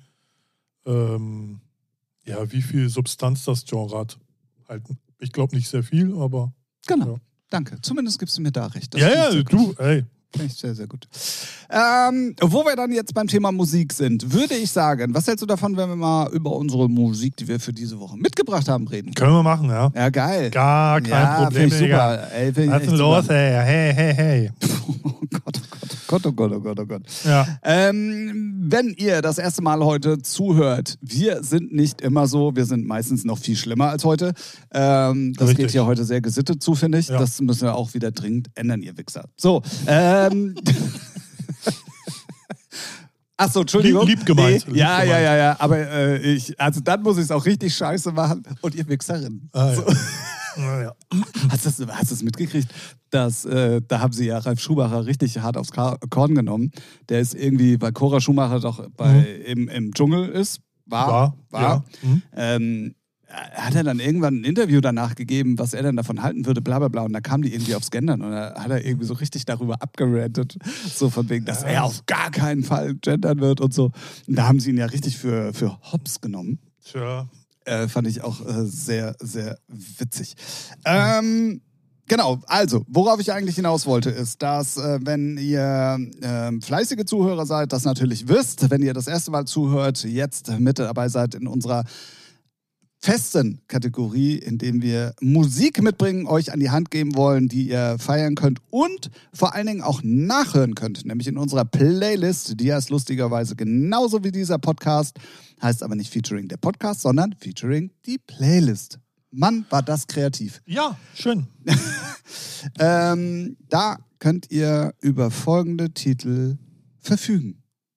[SPEAKER 1] viel Substanz das Genre hat. Halt, ich glaube nicht sehr viel, aber...
[SPEAKER 2] Genau, danke. Zumindest gibst du mir da recht.
[SPEAKER 1] Das ey.
[SPEAKER 2] Finde ich sehr, sehr gut. Wo wir dann jetzt beim Thema Musik sind, würde ich sagen, was hältst du davon, wenn wir mal über unsere Musik, die wir für diese Woche mitgebracht haben, reden?
[SPEAKER 1] Können wir machen, ja.
[SPEAKER 2] Ja, geil.
[SPEAKER 1] Gar kein Problem,
[SPEAKER 2] find ich super. Ey, find ich
[SPEAKER 1] Was ist denn los, ey? Hey.
[SPEAKER 2] Oh Gott, oh Gott.
[SPEAKER 1] Ja.
[SPEAKER 2] Wenn ihr das erste Mal heute zuhört, wir sind nicht immer so, wir sind meistens noch viel schlimmer als heute. Das
[SPEAKER 1] Richtig.
[SPEAKER 2] geht hier heute sehr gesittet zu, finde ich.
[SPEAKER 1] Ja.
[SPEAKER 2] Das müssen wir auch wieder dringend ändern, ihr Wichser. So, Achso, Entschuldigung.
[SPEAKER 1] Lieb gemeint.
[SPEAKER 2] Nee, ja. Aber dann muss ich es auch richtig scheiße machen. Und ihr Wichserin.
[SPEAKER 1] Ah,
[SPEAKER 2] so.
[SPEAKER 1] ja.
[SPEAKER 2] Hast du das mitgekriegt? Da haben sie ja Ralf Schumacher richtig hart aufs Korn genommen. Der ist irgendwie, weil Cora Schumacher doch im Dschungel ist. War.
[SPEAKER 1] Ja.
[SPEAKER 2] Hat er dann irgendwann ein Interview danach gegeben, was er denn davon halten würde, bla bla bla. Und da kam die irgendwie aufs Gendern und da hat er irgendwie so richtig darüber abgerantet. So von wegen, dass er auf gar keinen Fall gendern wird und so. Und da haben sie ihn ja richtig für Hops genommen.
[SPEAKER 1] Tja.
[SPEAKER 2] Fand ich auch sehr, sehr witzig. Genau, also, worauf ich eigentlich hinaus wollte, ist, dass, wenn ihr fleißige Zuhörer seid, das natürlich wisst, wenn ihr das erste Mal zuhört, jetzt mit dabei seid in unserer festen Kategorie, in dem wir Musik mitbringen, euch an die Hand geben wollen, die ihr feiern könnt und vor allen Dingen auch nachhören könnt, nämlich in unserer Playlist, die heißt lustigerweise genauso wie dieser Podcast, heißt aber nicht featuring der Podcast, sondern featuring die Playlist. Mann, war das kreativ.
[SPEAKER 1] Ja, schön.
[SPEAKER 2] Da könnt ihr über folgende Titel verfügen.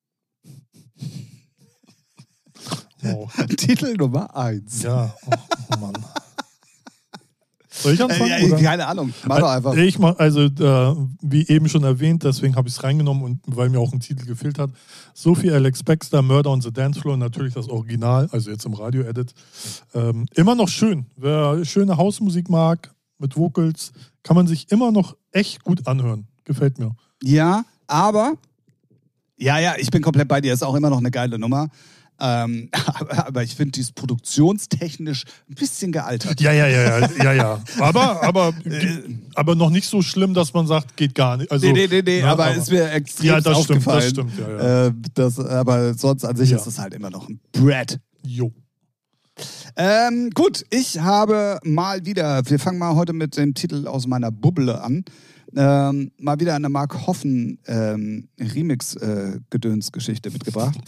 [SPEAKER 1] Oh.
[SPEAKER 2] Titel Nummer 1.
[SPEAKER 1] Ja, oh Mann. Soll ich anfangen? Oder?
[SPEAKER 2] Keine Ahnung, mach doch einfach.
[SPEAKER 1] Ich mach, wie eben schon erwähnt, deswegen habe ich es reingenommen und weil mir auch ein Titel gefehlt hat. Sophie Alex Baxter, Murder on the Dance Floor, natürlich das Original, also jetzt im Radio-Edit. Immer noch schön. Wer schöne Hausmusik mag, mit Vocals, kann man sich immer noch echt gut anhören. Gefällt mir.
[SPEAKER 2] Ja, aber, ich bin komplett bei dir, ist auch immer noch eine geile Nummer. Aber ich finde, die ist produktionstechnisch ein bisschen gealtert.
[SPEAKER 1] Ja. Aber noch nicht so schlimm, dass man sagt, geht gar nicht. Also,
[SPEAKER 2] nee, aber ist mir extrem aufgefallen.
[SPEAKER 1] Das stimmt, ja.
[SPEAKER 2] Aber sonst an sich ist es halt immer noch ein Brett.
[SPEAKER 1] Jo.
[SPEAKER 2] Gut, ich habe mal wieder, wir fangen mal heute mit dem Titel aus meiner Bubble an, mal wieder eine Mark Hoffen Remix-Gedöns-Geschichte mitgebracht.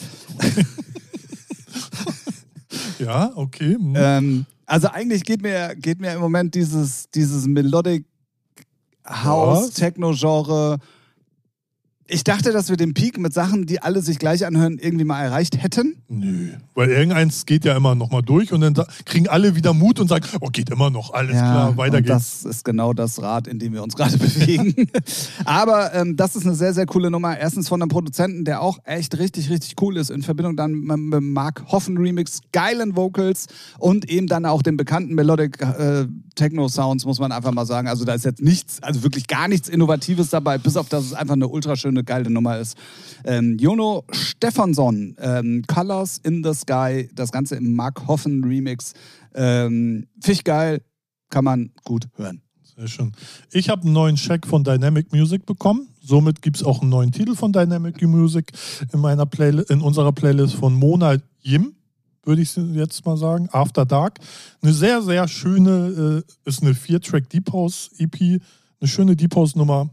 [SPEAKER 1] Ja, okay.
[SPEAKER 2] Also eigentlich geht mir im Moment dieses Melodic House, Techno-Genre. Ich dachte, dass wir den Peak mit Sachen, die alle sich gleich anhören, irgendwie mal erreicht hätten.
[SPEAKER 1] Nö, weil irgendeins geht ja immer noch mal durch und dann kriegen alle wieder Mut und sagen, oh, geht immer noch, alles klar, weiter geht's.
[SPEAKER 2] Das ist genau das Rad, in dem wir uns gerade bewegen. Aber das ist eine sehr, sehr coole Nummer. Erstens von einem Produzenten, der auch echt richtig, richtig cool ist, in Verbindung dann mit dem Mark Hoffen Remix, geilen Vocals und eben dann auch den bekannten Melodic Techno-Sounds, muss man einfach mal sagen. Also da ist jetzt nichts, also wirklich gar nichts Innovatives dabei, bis auf, dass es einfach eine ultraschöne, geile Nummer ist. Jono Stefansson, Colors in the Sky, das Ganze im Mark Hoffen Remix. Fisch geil, kann man gut hören.
[SPEAKER 1] Sehr schön. Ich habe einen neuen Check von Dynamic Music bekommen. Somit gibt es auch einen neuen Titel von Dynamic Music in unserer Playlist von Mona Yim, würde ich jetzt mal sagen. After Dark. Eine sehr, sehr schöne, ist eine 4-Track Deep House EP. Eine schöne Deep House Nummer.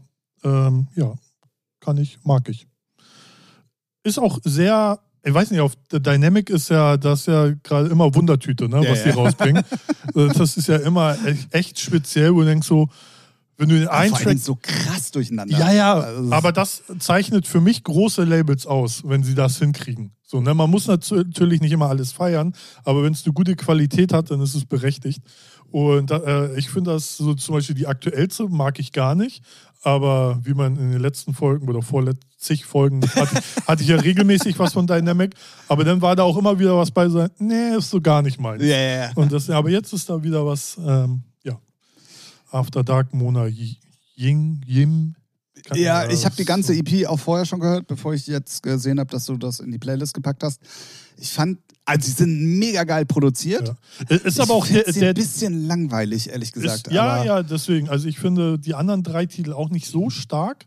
[SPEAKER 1] Mag ich. Ist auch sehr, ich weiß nicht, auf der Dynamic ist ja gerade immer Wundertüte, ne, was die rausbringen. Das ist ja immer echt speziell, wo du denkst so, wenn du den einen Track
[SPEAKER 2] so krass durcheinander.
[SPEAKER 1] Also, aber das zeichnet für mich große Labels aus, wenn sie das hinkriegen. So, ne, man muss natürlich nicht immer alles feiern, aber wenn es eine gute Qualität hat, dann ist es berechtigt. Und ich finde das so zum Beispiel die aktuellste mag ich gar nicht. Aber wie man in den letzten Folgen oder zig Folgen hatte ich ja regelmäßig was von Dynamic. Aber dann war da auch immer wieder was bei, so, nee, ist so gar nicht meins.
[SPEAKER 2] Yeah.
[SPEAKER 1] Und aber jetzt ist da wieder was, After Dark, Mona Yim.
[SPEAKER 2] Ja, ich habe die ganze EP auch vorher schon gehört, bevor ich jetzt gesehen habe, dass du das in die Playlist gepackt hast. Ich fand, also sie sind mega geil produziert.
[SPEAKER 1] Ja. Ist aber auch
[SPEAKER 2] ein bisschen langweilig, ehrlich gesagt.
[SPEAKER 1] Deswegen. Also ich finde die anderen 3 Titel auch nicht so stark.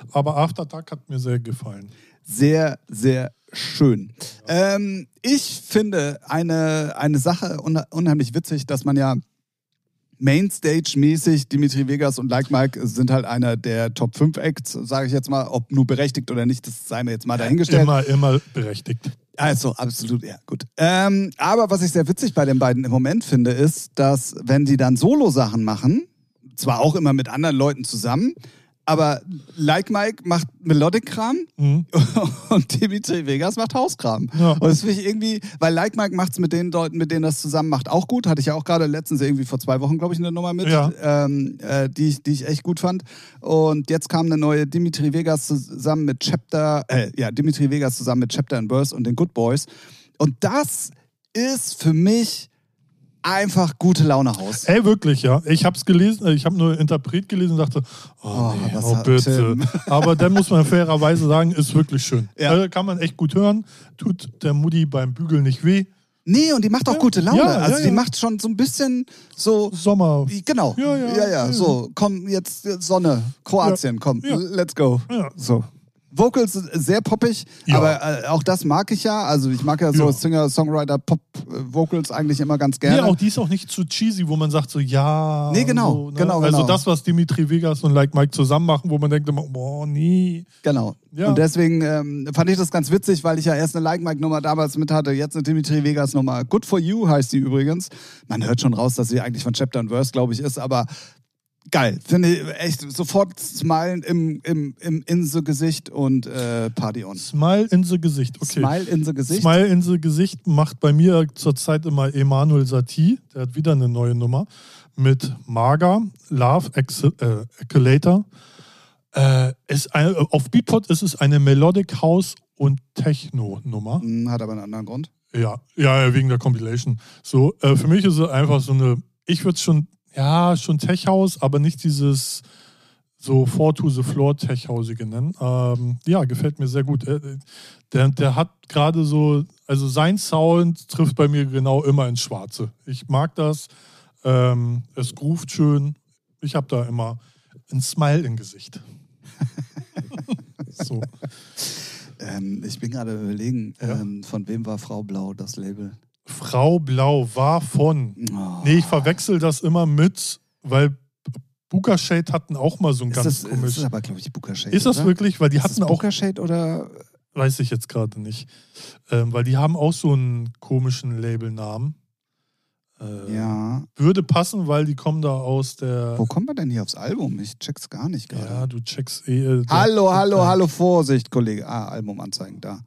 [SPEAKER 1] aber After Dark hat mir sehr gefallen.
[SPEAKER 2] Sehr, sehr schön. Ich finde eine Sache unheimlich witzig, dass man ja Mainstage-mäßig, Dimitri Vegas und Like Mike sind halt einer der Top 5 Acts, sage ich jetzt mal, ob nur berechtigt oder nicht, das sei mir jetzt mal dahingestellt.
[SPEAKER 1] Immer berechtigt.
[SPEAKER 2] Also, absolut, ja, gut. Aber was ich sehr witzig bei den beiden im Moment finde, ist, dass wenn die dann Solo-Sachen machen, zwar auch immer mit anderen Leuten zusammen, aber Like Mike macht Melodic-Kram und Dimitri Vegas macht Hauskram. Ja. Und das finde ich irgendwie, weil Like Mike macht es mit den Leuten, mit denen das zusammen macht, auch gut. Hatte ich ja auch gerade letztens irgendwie vor 2 Wochen, glaube ich, eine Nummer mit, die ich echt gut fand. Und jetzt kam eine neue Dimitri Vegas zusammen mit Chapter and Verse und den Good Boys. Und das ist für mich einfach gute Laune-Haus.
[SPEAKER 1] Ey, wirklich, ja. Ich habe es gelesen, ich habe nur Interpret gelesen und dachte, bitte. Aber dann muss man fairerweise sagen, ist wirklich schön. Ja. Kann man echt gut hören. Tut der Mutti beim Bügeln nicht weh.
[SPEAKER 2] Nee, und die macht auch gute Laune. Also die macht schon so ein bisschen so...
[SPEAKER 1] Sommer.
[SPEAKER 2] Genau. Ja. So, komm, jetzt Sonne, Kroatien, komm, let's go. Ja. So. Vocals sehr poppig, aber auch das mag ich ja. Also ich mag ja so Singer-Songwriter, Pop-Vocals eigentlich immer ganz gerne.
[SPEAKER 1] Ja, auch die ist auch nicht zu cheesy, wo man sagt so, ja.
[SPEAKER 2] Nee, genau,
[SPEAKER 1] so, ne? Genau. Also das, was Dimitri Vegas und Like Mike zusammen machen, wo man denkt immer, boah, nee.
[SPEAKER 2] Genau. Ja. Und deswegen fand ich das ganz witzig, weil ich ja erst eine Like Mike-Nummer damals mit hatte, jetzt eine Dimitri Vegas-Nummer. Good for You heißt die übrigens. Man hört schon raus, dass sie eigentlich von Chapter and Verse, glaube ich, ist, aber geil, finde ich echt sofort Smile im In-the-Gesicht und Party on.
[SPEAKER 1] Smile in the Gesicht, okay.
[SPEAKER 2] Smile in the Gesicht.
[SPEAKER 1] Smile in the Gesicht macht bei mir zurzeit immer Emanuel Satie, der hat wieder eine neue Nummer mit Maga, Love Accolator. Auf Beatport ist es eine Melodic House und Techno-Nummer.
[SPEAKER 2] Hat aber einen anderen Grund.
[SPEAKER 1] Ja, wegen der Compilation. So, für mich ist es einfach so eine, ich würde es schon Tech-House, aber nicht dieses so Four-to-the-Floor-Tech-Hausige nennen. Gefällt mir sehr gut. Der hat gerade so, also sein Sound trifft bei mir genau immer ins Schwarze. Ich mag das. Es groovt schön. Ich habe da immer ein Smile im Gesicht. So.
[SPEAKER 2] Ich bin gerade überlegen, von wem war Frau Blau das Label?
[SPEAKER 1] Frau Blau war von. Nee, ich verwechsel das immer mit, weil Booker Shade hatten auch mal so ein komisch. Das ist
[SPEAKER 2] aber, glaube ich, Booker Shade.
[SPEAKER 1] Ist das
[SPEAKER 2] oder?
[SPEAKER 1] Wirklich? Weil die hatten auch.
[SPEAKER 2] Booker Shade oder.
[SPEAKER 1] Weiß ich jetzt gerade nicht. Weil die haben auch so einen komischen Labelnamen. Würde passen, weil die kommen da aus der.
[SPEAKER 2] Wo kommen wir denn hier aufs Album? Ich check's gar nicht gerade.
[SPEAKER 1] Ja, du checkst
[SPEAKER 2] Hallo, Vorsicht, Kollege. Albumanzeigen, da.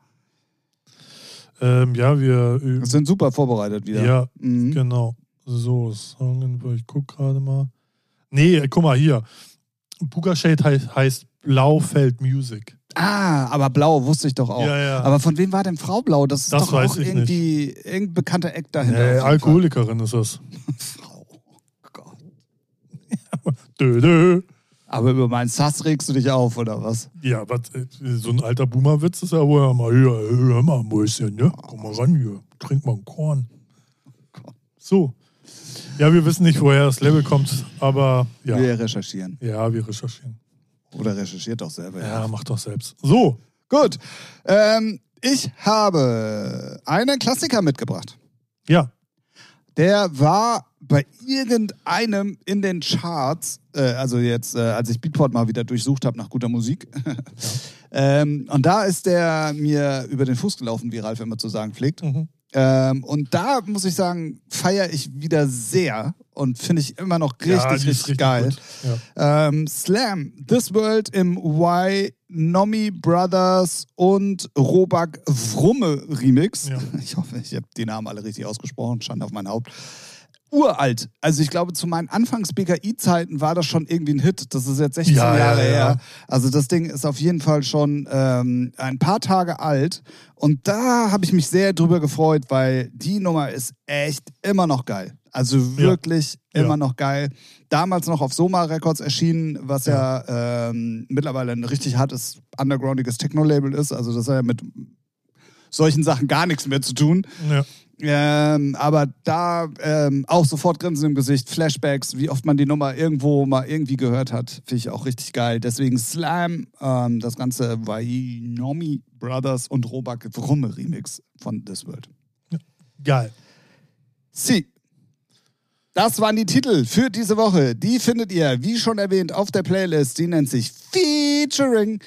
[SPEAKER 1] Wir
[SPEAKER 2] sind super vorbereitet wieder.
[SPEAKER 1] Ja, genau. So, Song, ich gucke gerade mal. Nee, guck mal hier. Booker Shade heißt Blaufeld Music.
[SPEAKER 2] Aber Blau wusste ich doch auch.
[SPEAKER 1] Ja.
[SPEAKER 2] Aber von wem war denn Frau Blau? Das ist doch auch irgendwie irgendein bekannter Eck dahinter.
[SPEAKER 1] Nee, Alkoholikerin ist das.
[SPEAKER 2] Frau, oh Gott.
[SPEAKER 1] Dö.
[SPEAKER 2] Aber über meinen Sass regst du dich auf, oder was?
[SPEAKER 1] Ja, so ein alter Boomer-Witz ist ja wohl mal, hör mal ein Mäuschen, ne? Komm mal ran hier, trink mal ein Korn. So. Ja, wir wissen nicht, woher das Level kommt, aber ja.
[SPEAKER 2] Wir recherchieren.
[SPEAKER 1] Ja, wir recherchieren.
[SPEAKER 2] Oder recherchiert doch selber.
[SPEAKER 1] Ja, mach doch selbst. So.
[SPEAKER 2] Gut. Ich habe einen Klassiker mitgebracht.
[SPEAKER 1] Ja. Der
[SPEAKER 2] war bei irgendeinem in den Charts, also jetzt, als ich Beatport mal wieder durchsucht habe nach guter Musik. Und da ist der mir über den Fuß gelaufen, wie Ralf immer zu sagen pflegt. Und da muss ich sagen, feiere ich wieder sehr und finde ich immer noch richtig geil. Ja. Slam, This World im Nomi Brothers und Robak Wrumme Remix. Ja. Ich hoffe, ich habe die Namen alle richtig ausgesprochen, Schande auf mein Haupt. Uralt. Also ich glaube, zu meinen Anfangs-BKI-Zeiten war das schon irgendwie ein Hit. Das ist jetzt 16 Jahre her. Also das Ding ist auf jeden Fall schon ein paar Tage alt. Und da habe ich mich sehr drüber gefreut, weil die Nummer ist echt immer noch geil. Also wirklich immer noch geil. Damals noch auf Soma Records erschienen, was mittlerweile ein richtig hartes, undergroundiges Techno-Label ist. Also das hat ja mit solchen Sachen gar nichts mehr zu tun.
[SPEAKER 1] Ja.
[SPEAKER 2] Aber da auch sofort Grinsen im Gesicht, Flashbacks, wie oft man die Nummer irgendwo mal irgendwie gehört hat, finde ich auch richtig geil. Deswegen Slam, das ganze Wainomi Brothers und Robak Brumme Remix von This World.
[SPEAKER 1] Ja, geil.
[SPEAKER 2] Das waren die Titel für diese Woche. Die findet ihr, wie schon erwähnt, auf der Playlist. Die nennt sich Featuring.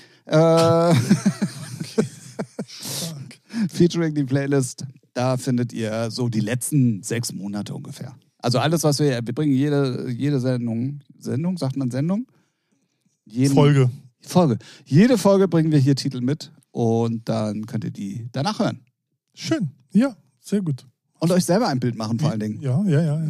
[SPEAKER 2] Featuring die Playlist. Da findet ihr so die letzten 6 Monate ungefähr. Also alles, was wir bringen, jede Sendung, sagt man Sendung?
[SPEAKER 1] Folge.
[SPEAKER 2] Jede Folge bringen wir hier Titel mit und dann könnt ihr die danach hören.
[SPEAKER 1] Schön, ja, sehr gut.
[SPEAKER 2] Und euch selber ein Bild machen vor allen Dingen.
[SPEAKER 1] Ja.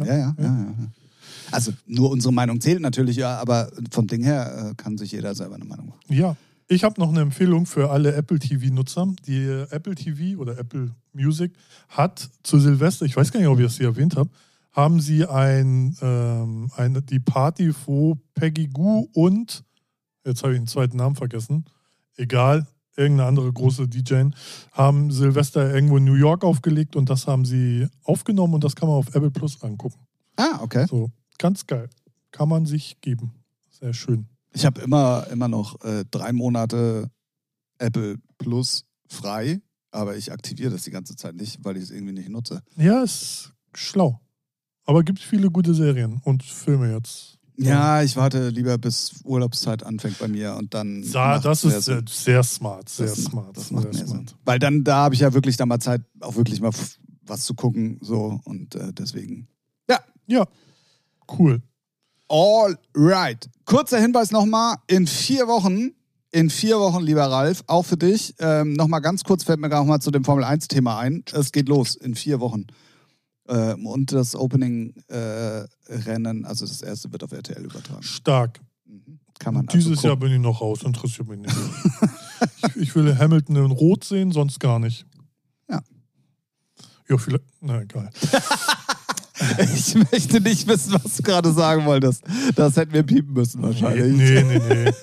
[SPEAKER 2] Also nur unsere Meinung zählt natürlich, ja, aber vom Ding her kann sich jeder selber eine Meinung machen.
[SPEAKER 1] Ja. Ich habe noch eine Empfehlung für alle Apple TV-Nutzer. Die Apple TV oder Apple Music hat zu Silvester, ich weiß gar nicht, ob ich das hier erwähnt habe, haben sie die Party, wo Peggy Gou und, jetzt habe ich den zweiten Namen vergessen, egal, irgendeine andere große DJ, haben Silvester irgendwo in New York aufgelegt und das haben sie aufgenommen und das kann man auf Apple Plus angucken.
[SPEAKER 2] Ah, okay.
[SPEAKER 1] So, ganz geil. Kann man sich geben. Sehr schön.
[SPEAKER 2] Ich habe immer noch 3 Monate Apple Plus frei, aber ich aktiviere das die ganze Zeit nicht, weil ich es irgendwie nicht nutze.
[SPEAKER 1] Ja, ist schlau. Aber gibt viele gute Serien und Filme jetzt.
[SPEAKER 2] Ja, ich warte lieber, bis Urlaubszeit anfängt bei mir und dann.
[SPEAKER 1] Das ist sehr smart, sehr smart.
[SPEAKER 2] Das macht mehr Sinn. Weil dann, da habe ich ja wirklich dann mal Zeit, auch wirklich mal was zu gucken, so und deswegen.
[SPEAKER 1] Ja, cool.
[SPEAKER 2] All right. Kurzer Hinweis nochmal, in 4 Wochen, lieber Ralf, auch für dich, nochmal ganz kurz, fällt mir gerade nochmal zu dem Formel-1-Thema ein. Es geht los in 4 Wochen. Und das Opening-Rennen, also das erste wird auf RTL übertragen.
[SPEAKER 1] Stark.
[SPEAKER 2] Kann man
[SPEAKER 1] Dieses Jahr bin ich noch raus, interessiert mich nicht. Ich will Hamilton in Rot sehen, sonst gar nicht.
[SPEAKER 2] Ja.
[SPEAKER 1] Ja, vielleicht, na egal.
[SPEAKER 2] Ich möchte nicht wissen, was du gerade sagen wolltest. Das hätten wir piepen müssen wahrscheinlich.
[SPEAKER 1] Nee.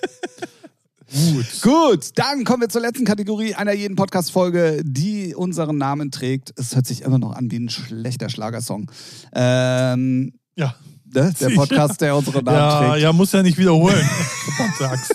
[SPEAKER 2] Gut, dann kommen wir zur letzten Kategorie einer jeden Podcast-Folge, die unseren Namen trägt. Es hört sich immer noch an wie ein schlechter Schlagersong.
[SPEAKER 1] Ja.
[SPEAKER 2] Der Podcast, der unseren Namen trägt.
[SPEAKER 1] Ja, muss ja nicht wiederholen. Verdammte Axt.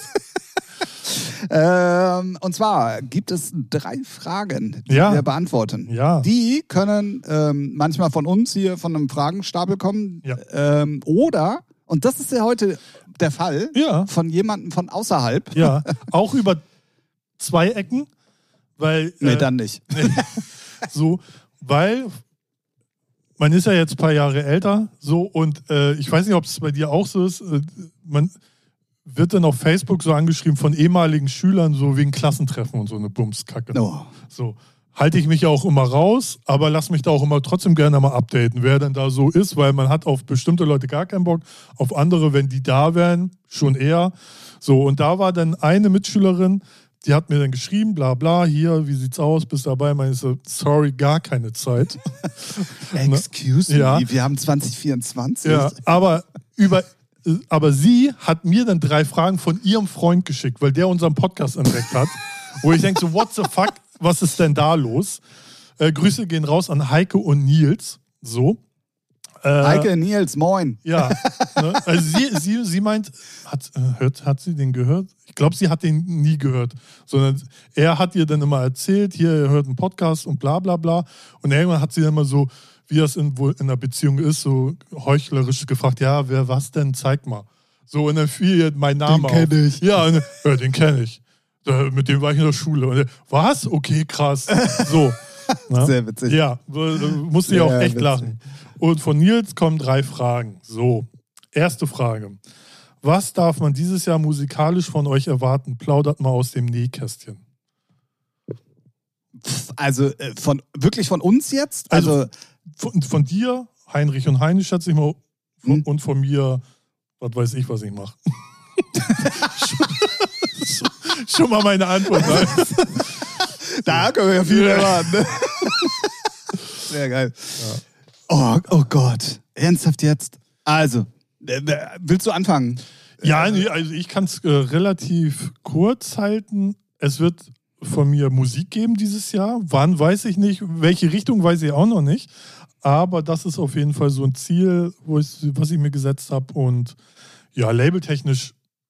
[SPEAKER 2] Und zwar gibt es 3 Fragen, die wir beantworten.
[SPEAKER 1] Ja.
[SPEAKER 2] Die können manchmal von uns hier von einem Fragenstapel kommen.
[SPEAKER 1] Ja.
[SPEAKER 2] Oder, und das ist ja heute der Fall, von jemandem von außerhalb.
[SPEAKER 1] Ja, auch über 2 Ecken. Weil,
[SPEAKER 2] nee, dann nicht.
[SPEAKER 1] So, weil man ist ja jetzt ein paar Jahre älter, so, und ich weiß nicht, ob es bei dir auch so ist, man wird dann auf Facebook so angeschrieben von ehemaligen Schülern, so wegen Klassentreffen und so eine Bumskacke.
[SPEAKER 2] Oh.
[SPEAKER 1] So, halte ich mich ja auch immer raus, aber lass mich da auch immer trotzdem gerne mal updaten, wer denn da so ist, weil man hat auf bestimmte Leute gar keinen Bock, auf andere, wenn die da wären, schon eher. So, und da war dann eine Mitschülerin, die hat mir dann geschrieben, bla bla, hier, wie sieht's aus, bist dabei? Meine ich so, sorry, gar keine Zeit.
[SPEAKER 2] Excuse me,
[SPEAKER 1] ja.
[SPEAKER 2] Wir haben 2024.
[SPEAKER 1] Ja, aber sie hat mir dann 3 Fragen von ihrem Freund geschickt, weil der unseren Podcast entdeckt hat, wo ich denke so, what the fuck, was ist denn da los? Grüße gehen raus an Heike und Nils,
[SPEAKER 2] Heike, Nils, moin.
[SPEAKER 1] Ja, ne? Also sie meint, hat sie den gehört? Ich glaube, sie hat den nie gehört, sondern er hat ihr dann immer erzählt, hier, ihr hört einen Podcast und bla bla bla. Und irgendwann hat sie dann immer so, wie das wohl in einer Beziehung ist, so heuchlerisch gefragt, ja, wer was denn, zeig mal. So, und dann fiel ihr mein Name auf.
[SPEAKER 2] Den kenne ich.
[SPEAKER 1] Ja, den kenne ich. Mit dem war ich in der Schule. Und was? Okay, krass. So. Na?
[SPEAKER 2] Sehr witzig.
[SPEAKER 1] Ja, musste ich auch echt lachen. Und von Nils kommen 3 Fragen. So, erste Frage. Was darf man dieses Jahr musikalisch von euch erwarten? Plaudert mal aus dem Nähkästchen.
[SPEAKER 2] Also wirklich von uns jetzt?
[SPEAKER 1] Also von dir, Heinrich und Heine, schätze ich mal, und von mir, was weiß ich, was ich mache. Schon mal meine Antwort.
[SPEAKER 2] Da können wir ja viel erwarten. Ne? Sehr geil. Ja. Oh Gott. Ernsthaft jetzt? Also, willst du anfangen?
[SPEAKER 1] Ja, nee, also ich kann es relativ kurz halten. Es wird von mir Musik geben dieses Jahr. Wann, weiß ich nicht. Welche Richtung, weiß ich auch noch nicht. Aber das ist auf jeden Fall so ein Ziel, was ich mir gesetzt habe. Und ja, labeltechnisch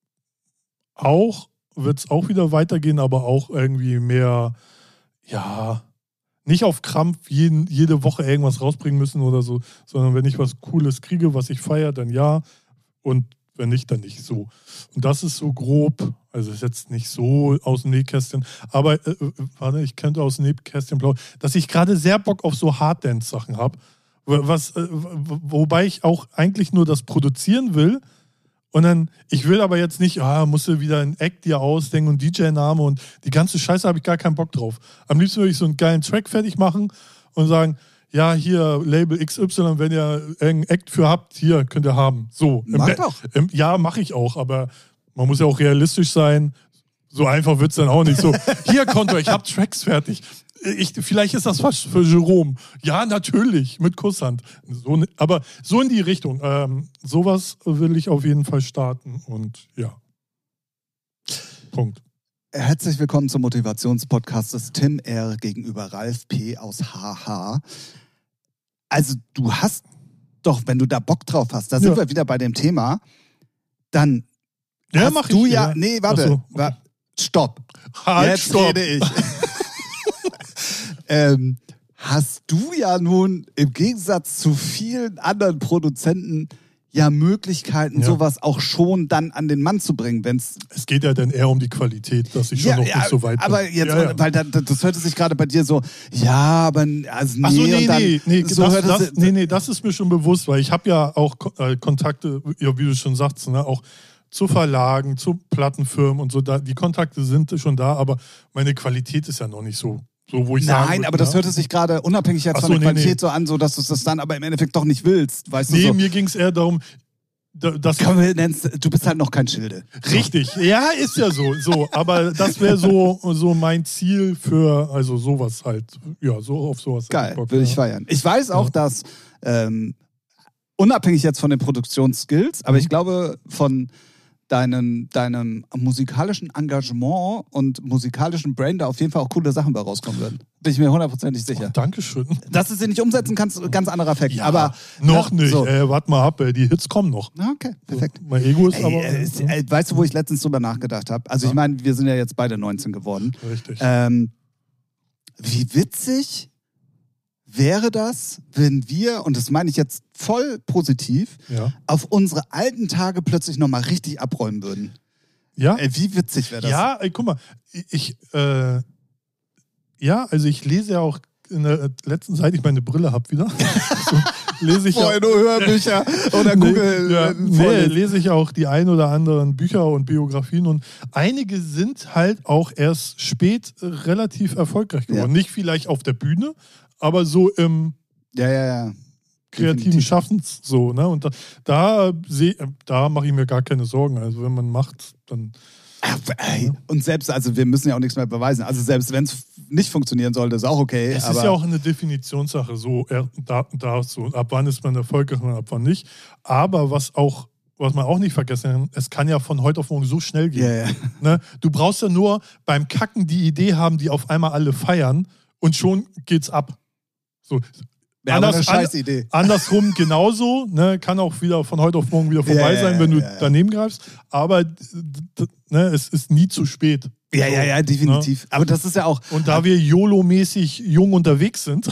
[SPEAKER 1] wird es auch wieder weitergehen, aber auch irgendwie mehr, ja, nicht auf Krampf jede Woche irgendwas rausbringen müssen oder so, sondern wenn ich was Cooles kriege, was ich feiere, dann ja. Und wenn nicht, dann nicht so. Und das ist so grob, also ist jetzt nicht so aus dem Nähkästchen, aber ich könnte aus dem Nähkästchen plaudern, dass ich gerade sehr Bock auf so Harddance-Sachen habe, wobei ich auch eigentlich nur das produzieren will. Und dann, ich will aber jetzt nicht, musst du wieder einen Act dir ausdenken und DJ-Name und die ganze Scheiße, habe ich gar keinen Bock drauf. Am liebsten würde ich so einen geilen Track fertig machen und sagen, ja, hier Label XY, wenn ihr irgendeinen Act für habt, hier könnt ihr haben. So.
[SPEAKER 2] Mach doch.
[SPEAKER 1] Ja, mache ich auch, aber man muss ja auch realistisch sein. So einfach wird es dann auch nicht. So, hier Konto, ich habe Tracks fertig. Vielleicht ist das was für Jerome. Ja, natürlich, mit Kusshand. Aber so in die Richtung. Sowas will ich auf jeden Fall starten und ja. Punkt.
[SPEAKER 2] Herzlich willkommen zum Motivationspodcast des Tim R. gegenüber Ralf P. aus HH. Also du hast doch, wenn du da Bock drauf hast, da sind wir wieder bei dem Thema, dann hast du ja... Nee, warte. So, okay. Stopp.
[SPEAKER 1] Halt,
[SPEAKER 2] jetzt
[SPEAKER 1] stopp.
[SPEAKER 2] Rede ich. Hast du ja nun im Gegensatz zu vielen anderen Produzenten ja Möglichkeiten, sowas auch schon dann an den Mann zu bringen, wenn's...
[SPEAKER 1] Es geht ja dann eher um die Qualität, dass ich schon noch nicht so weit bin.
[SPEAKER 2] Aber jetzt, weil das hörte sich gerade bei dir so, ja, aber also
[SPEAKER 1] das ist mir schon bewusst, weil ich habe ja auch Kontakte, ja, wie du schon sagst, ne, auch zu Verlagen, zu Plattenfirmen und so, die Kontakte sind schon da, aber meine Qualität ist ja noch nicht so wo ich sagen würde,
[SPEAKER 2] aber das hörte sich gerade unabhängig jetzt von der Qualität so an, so dass du das dann aber im Endeffekt doch nicht willst, weißt du?
[SPEAKER 1] Nee, mir ging es eher darum, dass
[SPEAKER 2] du bist halt noch kein Schilde.
[SPEAKER 1] Richtig, ja, ist ja so, aber das wäre so mein Ziel für, also sowas halt, ja, so auf sowas.
[SPEAKER 2] Geil, will ich feiern. Ich weiß auch, dass, unabhängig jetzt von den Produktionsskills, aber ich glaube, von deinem musikalischen Engagement und musikalischen Brain da auf jeden Fall auch coole Sachen bei rauskommen würden. Bin ich mir 100% sicher.
[SPEAKER 1] Dankeschön.
[SPEAKER 2] Dass du sie nicht umsetzen kannst, ganz anderer Effekt.
[SPEAKER 1] Ja,
[SPEAKER 2] aber
[SPEAKER 1] noch nicht. So. Warte mal ab, die Hits kommen noch.
[SPEAKER 2] Okay, perfekt.
[SPEAKER 1] So, mein Ego ist
[SPEAKER 2] weißt du, wo ich letztens drüber nachgedacht habe? Also ich meine, wir sind ja jetzt beide 19 geworden.
[SPEAKER 1] Richtig.
[SPEAKER 2] Wie witzig wäre das, wenn wir, und das meine ich jetzt voll positiv, auf unsere alten Tage plötzlich nochmal richtig abräumen würden?
[SPEAKER 1] Ja.
[SPEAKER 2] Wie witzig wäre das?
[SPEAKER 1] Ja, guck mal, also ich lese ja auch in der letzten Zeit, ich meine Brille habe wieder, so, lese ich
[SPEAKER 2] vorher nur Hörbücher oder Google.
[SPEAKER 1] Lese ich auch die ein oder anderen Bücher und Biografien und einige sind halt auch erst spät relativ erfolgreich geworden. Nicht vielleicht auf der Bühne, aber so im kreativen Schaffens so, ne? Und da mache ich mir gar keine Sorgen. Also wenn man macht, dann...
[SPEAKER 2] Und selbst, also wir müssen ja auch nichts mehr beweisen. Also selbst wenn es nicht funktionieren sollte, ist auch okay.
[SPEAKER 1] Es ist ja auch eine Definitionssache, so ab wann ist man erfolgreich und ab wann nicht. Aber was man auch nicht vergessen kann, es kann ja von heute auf morgen so schnell gehen.
[SPEAKER 2] Ja.
[SPEAKER 1] Ne? Du brauchst ja nur beim Kacken die Idee haben, die auf einmal alle feiern und schon geht's ab. So.
[SPEAKER 2] Ja, eine scheiß Idee.
[SPEAKER 1] Andersrum genauso, ne? Kann auch wieder von heute auf morgen wieder vorbei sein, wenn du daneben greifst. Aber es ist nie zu spät.
[SPEAKER 2] Ja, definitiv. Ne? Aber das ist ja auch...
[SPEAKER 1] Und da wir YOLO-mäßig jung unterwegs sind...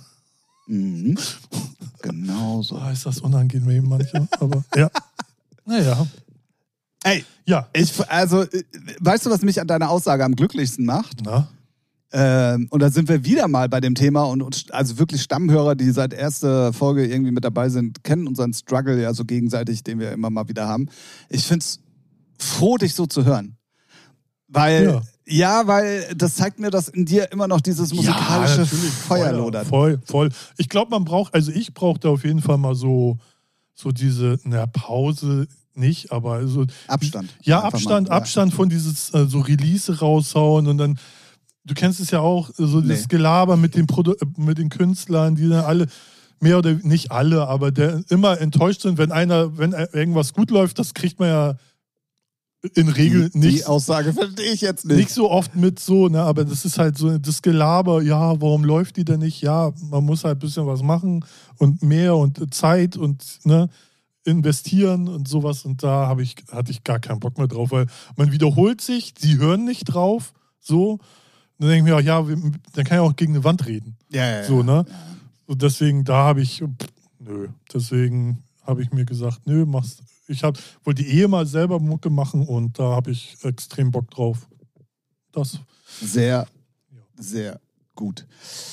[SPEAKER 2] Genau so.
[SPEAKER 1] Ist das unangenehm manchmal, aber ja. Naja.
[SPEAKER 2] Ey, ja. Weißt du, was mich an deiner Aussage am glücklichsten macht?
[SPEAKER 1] Na?
[SPEAKER 2] Und da sind wir wieder mal bei dem Thema und also wirklich Stammhörer, die seit erster Folge irgendwie mit dabei sind, kennen unseren Struggle ja so gegenseitig, den wir immer mal wieder haben. Ich finde es froh, dich so zu hören. Weil das zeigt mir, dass in dir immer noch dieses musikalische Feuer lodert.
[SPEAKER 1] Voll. Ich glaube, ich brauchte auf jeden Fall mal so diese, Pause nicht, aber so...
[SPEAKER 2] Abstand.
[SPEAKER 1] Ja, Abstand von dieses so Release raushauen und dann... Du kennst es ja auch, so das Gelaber mit den Künstlern, die dann alle, mehr oder nicht alle, aber immer enttäuscht sind, wenn irgendwas gut läuft, das kriegt man ja in Regel nicht.
[SPEAKER 2] Die Aussage verstehe ich jetzt nicht.
[SPEAKER 1] Nicht so oft mit so, ne, aber das ist halt so das Gelaber, ja, warum läuft die denn nicht? Ja, man muss halt ein bisschen was machen und mehr und Zeit und ne, investieren und sowas. Und da hatte ich gar keinen Bock mehr drauf, weil man wiederholt sich, sie hören nicht drauf, so. Dann denke ich mir auch, ja, dann kann ich auch gegen eine Wand reden.
[SPEAKER 2] Ja.
[SPEAKER 1] So, ne? Und deswegen, deswegen habe ich mir gesagt, nö, machst. Wollte mal selber Mucke machen und da habe ich extrem Bock drauf. Das.
[SPEAKER 2] Sehr, sehr gut.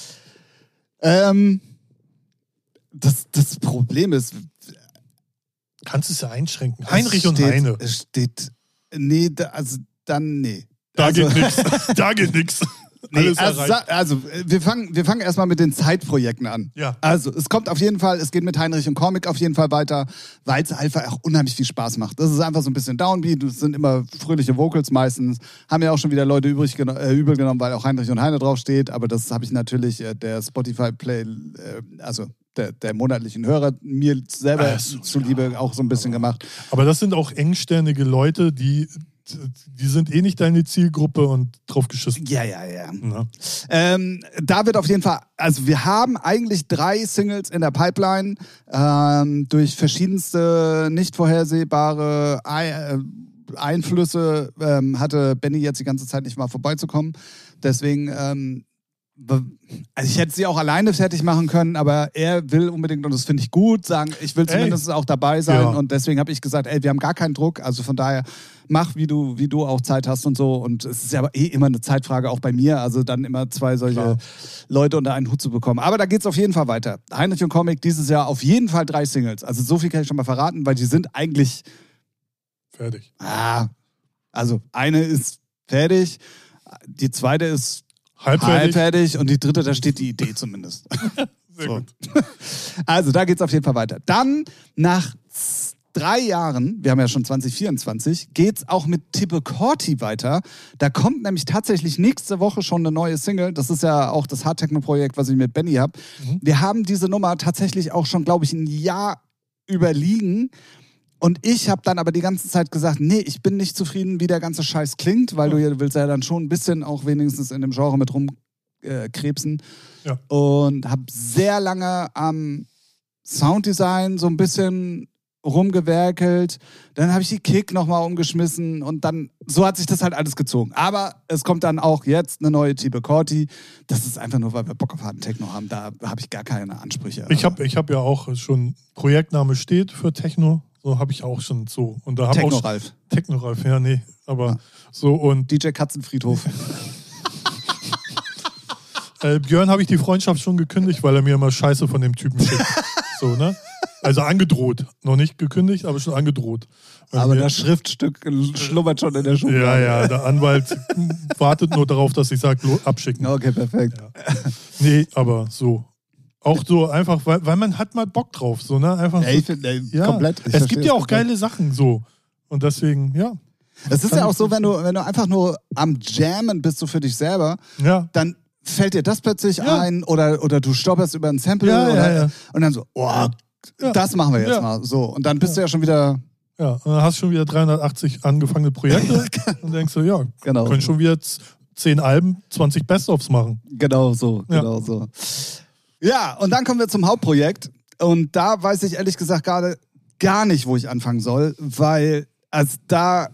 [SPEAKER 2] Das Problem ist.
[SPEAKER 1] Kannst es ja einschränken. Heinrich und Heine.
[SPEAKER 2] Nee.
[SPEAKER 1] Da geht nichts. Da geht nichts.
[SPEAKER 2] Nee, also wir fangen erstmal mit den Zeitprojekten an.
[SPEAKER 1] Ja.
[SPEAKER 2] Also es kommt auf jeden Fall, es geht mit Heinrich und Comic auf jeden Fall weiter, weil es einfach auch unheimlich viel Spaß macht. Das ist einfach so ein bisschen Downbeat, das sind immer fröhliche Vocals meistens. Haben ja auch schon wieder Leute übel genommen, weil auch Heinrich und Heine draufsteht, aber das habe ich natürlich der Spotify-Play, also der monatlichen Hörer mir selber zuliebe auch so ein bisschen gemacht.
[SPEAKER 1] Aber das sind auch engständige Leute, die sind eh nicht deine Zielgruppe und drauf geschissen.
[SPEAKER 2] Ja. Da wird auf jeden Fall, also wir haben eigentlich 3 Singles in der Pipeline, durch verschiedenste nicht vorhersehbare Einflüsse hatte Benny jetzt die ganze Zeit nicht mal vorbeizukommen. Deswegen, also ich hätte sie auch alleine fertig machen können, aber er will unbedingt, und das finde ich gut, sagen, ich will zumindest auch dabei sein. Ja. Und deswegen habe ich gesagt, wir haben gar keinen Druck, also von daher mach, wie du auch Zeit hast und so. Und es ist ja aber immer eine Zeitfrage, auch bei mir, also dann immer 2 solche Leute unter einen Hut zu bekommen. Aber da geht es auf jeden Fall weiter. Heinrich und Comic dieses Jahr auf jeden Fall 3 Singles. Also so viel kann ich schon mal verraten, weil die sind eigentlich
[SPEAKER 1] fertig.
[SPEAKER 2] Also eine ist fertig, die zweite ist
[SPEAKER 1] halbfertig
[SPEAKER 2] und die dritte, da steht die Idee zumindest.
[SPEAKER 1] Sehr gut.
[SPEAKER 2] Also da geht es auf jeden Fall weiter. Dann nach 3 Jahren, wir haben ja schon 2024, geht es auch mit Tippe Corti weiter. Da kommt nämlich tatsächlich nächste Woche schon eine neue Single. Das ist ja auch das Hardtechno-Projekt, was ich mit Benny habe. Wir haben diese Nummer tatsächlich auch schon, glaube ich, ein Jahr überliegen. Und ich habe dann aber die ganze Zeit gesagt, nee, ich bin nicht zufrieden, wie der ganze Scheiß klingt, weil du willst ja dann schon ein bisschen auch wenigstens in dem Genre mit rumkrebsen.
[SPEAKER 1] Ja.
[SPEAKER 2] Und habe sehr lange am Sounddesign so ein bisschen rumgewerkelt. Dann habe ich die Kick nochmal umgeschmissen und dann, so hat sich das halt alles gezogen. Aber es kommt dann auch jetzt eine neue Tippe Corti. Das ist einfach nur, weil wir Bock auf harten Techno haben. Da habe ich gar keine Ansprüche.
[SPEAKER 1] Ich hab ja auch schon, Projektname steht für Techno. So habe ich auch schon so. Und da
[SPEAKER 2] Techno-Ralf.
[SPEAKER 1] Techno-Ralf, ja, nee. Aber so und.
[SPEAKER 2] DJ Katzenfriedhof.
[SPEAKER 1] Björn habe ich die Freundschaft schon gekündigt, weil er mir immer Scheiße von dem Typen schickt. So, ne? Also angedroht. Noch nicht gekündigt, aber schon angedroht.
[SPEAKER 2] Aber das Schriftstück schlummert schon in der Schublade.
[SPEAKER 1] Ja, der Anwalt wartet nur darauf, dass ich sage, abschicken.
[SPEAKER 2] Okay, perfekt.
[SPEAKER 1] Ja. Nee, aber so. Auch so einfach, weil man hat mal Bock drauf. So, ne? Einfach
[SPEAKER 2] komplett.
[SPEAKER 1] Es gibt ja auch geile Sachen so. Und deswegen, ja.
[SPEAKER 2] Es ist ja auch so, wenn du einfach nur am Jammen bist, so für dich selber, dann fällt dir das plötzlich ein oder du stolperst über ein Sample und dann so, das machen wir jetzt mal. So. Und dann bist du ja schon wieder.
[SPEAKER 1] Ja, und dann hast du schon wieder 380 angefangene Projekte und denkst du, können schon wieder 10 Alben, 20 Best-ofs machen.
[SPEAKER 2] Genau so. Ja, und dann kommen wir zum Hauptprojekt. Und da weiß ich ehrlich gesagt gerade gar nicht, wo ich anfangen soll, weil wir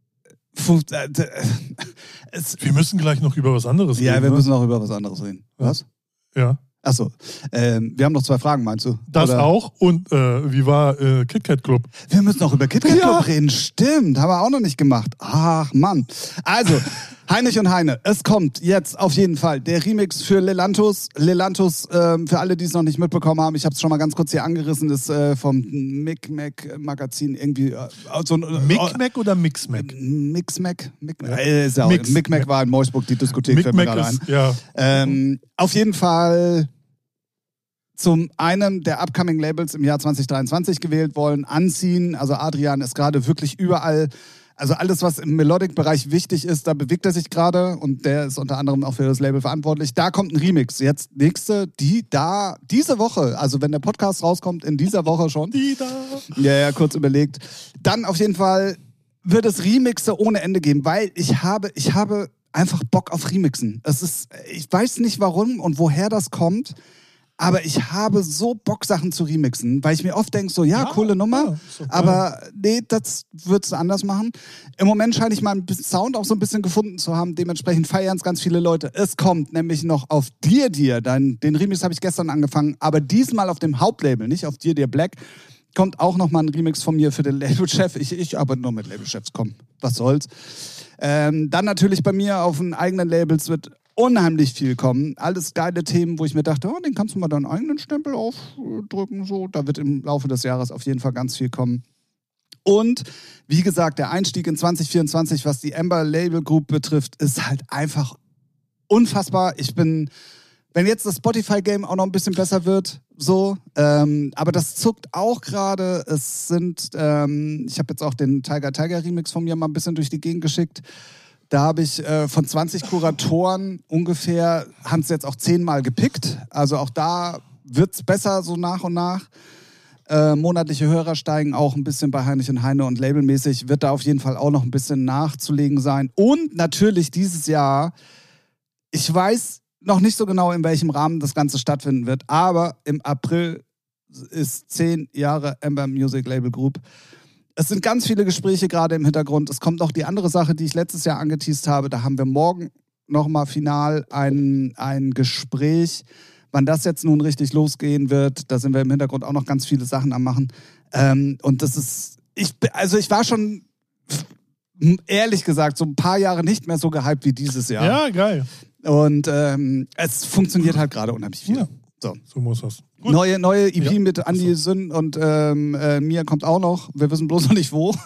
[SPEAKER 1] müssen gleich noch über was anderes reden.
[SPEAKER 2] Ja, wir müssen noch über was anderes reden. Was?
[SPEAKER 1] Ja.
[SPEAKER 2] Achso, wir haben noch 2 Fragen, meinst du?
[SPEAKER 1] Das oder? Auch und wie war KitKat Club?
[SPEAKER 2] Wir müssen noch über KitKat Club reden, stimmt, haben wir auch noch nicht gemacht. Ach Mann. Also, Heinrich und Heine, es kommt jetzt auf jeden Fall der Remix für Lelantus. Lelantus, für alle, die es noch nicht mitbekommen haben, ich habe es schon mal ganz kurz hier angerissen, ist vom Micmac-Magazin irgendwie.
[SPEAKER 1] Micmac oder Mixmac?
[SPEAKER 2] Mixmac. Micmac war in Moosburg die Diskothek, fällt mir gerade ein.
[SPEAKER 1] Ja.
[SPEAKER 2] Auf jeden Fall zum einen der Upcoming Labels im Jahr 2023 gewählt wollen, Anziehen. Also Adrian ist gerade wirklich überall. Also alles, was im Melodic-Bereich wichtig ist, da bewegt er sich gerade und der ist unter anderem auch für das Label verantwortlich. Da kommt ein Remix. Jetzt diese Woche, also wenn der Podcast rauskommt, in dieser Woche schon.
[SPEAKER 1] Die da.
[SPEAKER 2] Ja, kurz überlegt. Dann auf jeden Fall wird es Remixe ohne Ende geben, weil ich habe einfach Bock auf Remixen. Ich weiß nicht warum und woher das kommt, aber ich habe so Bock, Sachen zu remixen, weil ich mir oft denke, so, ja, coole Nummer, aber nee, das würdest du anders machen. Im Moment scheine ich meinen Sound auch so ein bisschen gefunden zu haben, dementsprechend feiern es ganz viele Leute. Es kommt nämlich noch auf Dir, den Remix habe ich gestern angefangen, aber diesmal auf dem Hauptlabel, nicht auf Dir Black, kommt auch nochmal ein Remix von mir für den Labelchef. Ich arbeite nur mit Labelchefs, komm, was soll's. Dann natürlich bei mir auf den eigenen Labels wird unheimlich viel kommen. Alles geile Themen, wo ich mir dachte, oh, den kannst du mal deinen eigenen Stempel aufdrücken. So. Da wird im Laufe des Jahres auf jeden Fall ganz viel kommen. Und wie gesagt, der Einstieg in 2024, was die Amber Label Group betrifft, ist halt einfach unfassbar. Wenn jetzt das Spotify-Game auch noch ein bisschen besser wird, so, aber das zuckt auch gerade. Ich habe jetzt auch den Tiger Remix von mir mal ein bisschen durch die Gegend geschickt. Da habe ich von 20 Kuratoren ungefähr, haben es jetzt auch 10 Mal gepickt. Also auch da wird es besser so nach und nach. Monatliche Hörer steigen auch ein bisschen bei Heinrich und Heine und labelmäßig wird da auf jeden Fall auch noch ein bisschen nachzulegen sein. Und natürlich dieses Jahr, ich weiß noch nicht so genau, in welchem Rahmen das Ganze stattfinden wird, aber im April ist 10 Jahre Amber Music Label Group. Es sind ganz viele Gespräche gerade im Hintergrund. Es kommt auch die andere Sache, die ich letztes Jahr angeteast habe. Da haben wir morgen nochmal final ein Gespräch. Wann das jetzt nun richtig losgehen wird, da sind wir im Hintergrund auch noch ganz viele Sachen am machen. Und das ist, ich war schon, ehrlich gesagt, so ein paar Jahre nicht mehr so gehypt wie dieses Jahr.
[SPEAKER 1] Ja, geil.
[SPEAKER 2] Und es funktioniert halt gerade unheimlich viel. Ja.
[SPEAKER 1] So muss das.
[SPEAKER 2] Gut. Neue EP mit Andi Sünn und mir kommt auch noch. Wir wissen bloß noch nicht wo.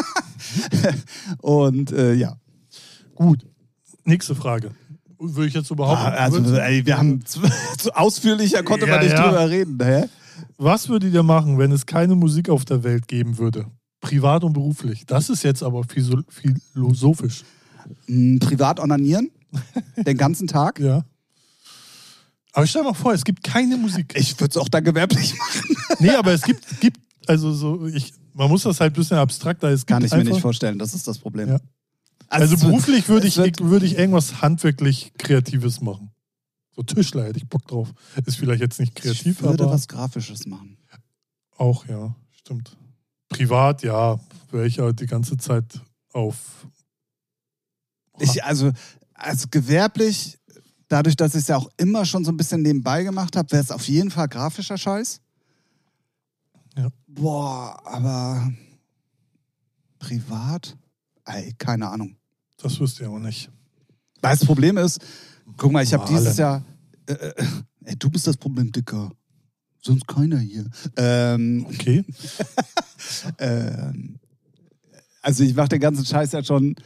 [SPEAKER 2] Und ja.
[SPEAKER 1] Gut. Nächste Frage. Würde ich jetzt überhaupt
[SPEAKER 2] wir haben so ausführlicher konnte man nicht drüber reden. Hä?
[SPEAKER 1] Was würdet ihr machen, wenn es keine Musik auf der Welt geben würde? Privat und beruflich. Das ist jetzt aber philosophisch.
[SPEAKER 2] Privat onanieren? Den ganzen Tag?
[SPEAKER 1] Ja. Aber stell dir mal vor, es gibt keine Musik.
[SPEAKER 2] Ich würde es auch dann gewerblich machen.
[SPEAKER 1] Nee, aber es gibt also so, man muss das halt ein bisschen abstrakter.
[SPEAKER 2] Kann ich mir nicht vorstellen, das ist das Problem.
[SPEAKER 1] Ja. Also beruflich würde ich irgendwas handwerklich Kreatives machen. So Tischler hätte ich Bock drauf. Ist vielleicht jetzt nicht kreativ, aber...
[SPEAKER 2] Ich würde was Grafisches machen.
[SPEAKER 1] Auch, ja, stimmt. Privat, ja, wäre ich halt die ganze Zeit auf...
[SPEAKER 2] Also gewerblich... Dadurch, dass ich es ja auch immer schon so ein bisschen nebenbei gemacht habe, wäre es auf jeden Fall grafischer Scheiß.
[SPEAKER 1] Ja.
[SPEAKER 2] Boah, aber privat? Ey, keine Ahnung.
[SPEAKER 1] Das wüsste ich auch nicht.
[SPEAKER 2] Weil das Problem ist, guck mal, ich habe dieses Jahr... du bist das Problem, Dicker. Sonst keiner hier.
[SPEAKER 1] Okay.
[SPEAKER 2] Also ich mache den ganzen Scheiß ja schon...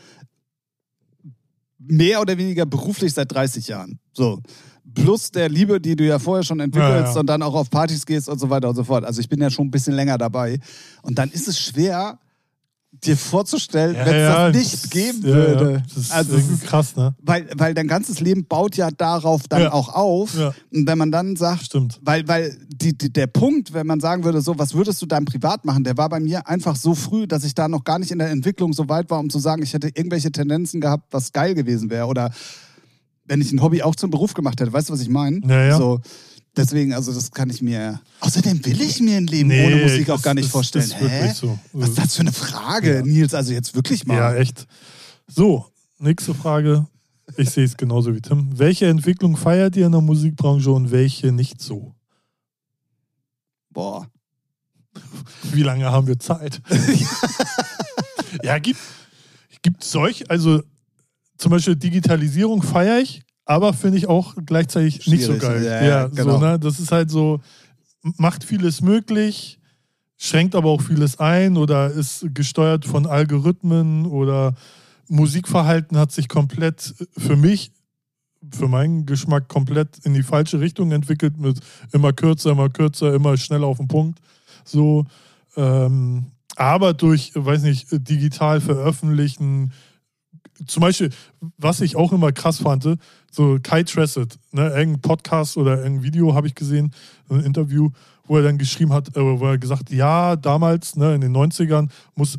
[SPEAKER 2] mehr oder weniger beruflich seit 30 Jahren. So. Plus der Liebe, die du ja vorher schon entwickelst und dann auch auf Partys gehst und so weiter und so fort. Also ich bin ja schon ein bisschen länger dabei. Und dann ist es schwer, dir vorzustellen, wenn es das nicht geben würde.
[SPEAKER 1] Ja. Das ist krass, ne?
[SPEAKER 2] Weil dein ganzes Leben baut ja darauf dann auch auf. Ja. Und wenn man dann sagt,
[SPEAKER 1] stimmt.
[SPEAKER 2] Weil der Punkt, wenn man sagen würde, so, was würdest du dann privat machen, der war bei mir einfach so früh, dass ich da noch gar nicht in der Entwicklung so weit war, um zu sagen, ich hätte irgendwelche Tendenzen gehabt, was geil gewesen wäre. Oder wenn ich ein Hobby auch zum Beruf gemacht hätte. Weißt du, was ich meine?
[SPEAKER 1] Ja.
[SPEAKER 2] So, deswegen, also das kann ich mir... Außerdem will ich mir ein Leben ohne Musik auch gar nicht vorstellen.
[SPEAKER 1] Das ist wirklich so.
[SPEAKER 2] Was ist das für eine Frage, Nils? Also jetzt wirklich mal.
[SPEAKER 1] Ja, echt. So, nächste Frage. Ich sehe es genauso wie Tim. Welche Entwicklung feiert ihr in der Musikbranche und welche nicht so?
[SPEAKER 2] Boah.
[SPEAKER 1] Wie lange haben wir Zeit? Ja, gibt also zum Beispiel Digitalisierung feiere ich, aber finde ich auch gleichzeitig nicht so geil. Ja, genau. So, ne? Das ist halt so, macht vieles möglich, schränkt aber auch vieles ein oder ist gesteuert von Algorithmen oder Musikverhalten hat sich komplett für meinen Geschmack komplett in die falsche Richtung entwickelt mit immer kürzer, immer schneller auf den Punkt. So, aber durch, weiß nicht, digital veröffentlichen, zum Beispiel, was ich auch immer krass fand, so Kai Tressett, ne, irgendein Podcast oder irgendein Video habe ich gesehen, ein Interview, wo er dann geschrieben hat, wo er gesagt, ja, damals, ne, in den 90ern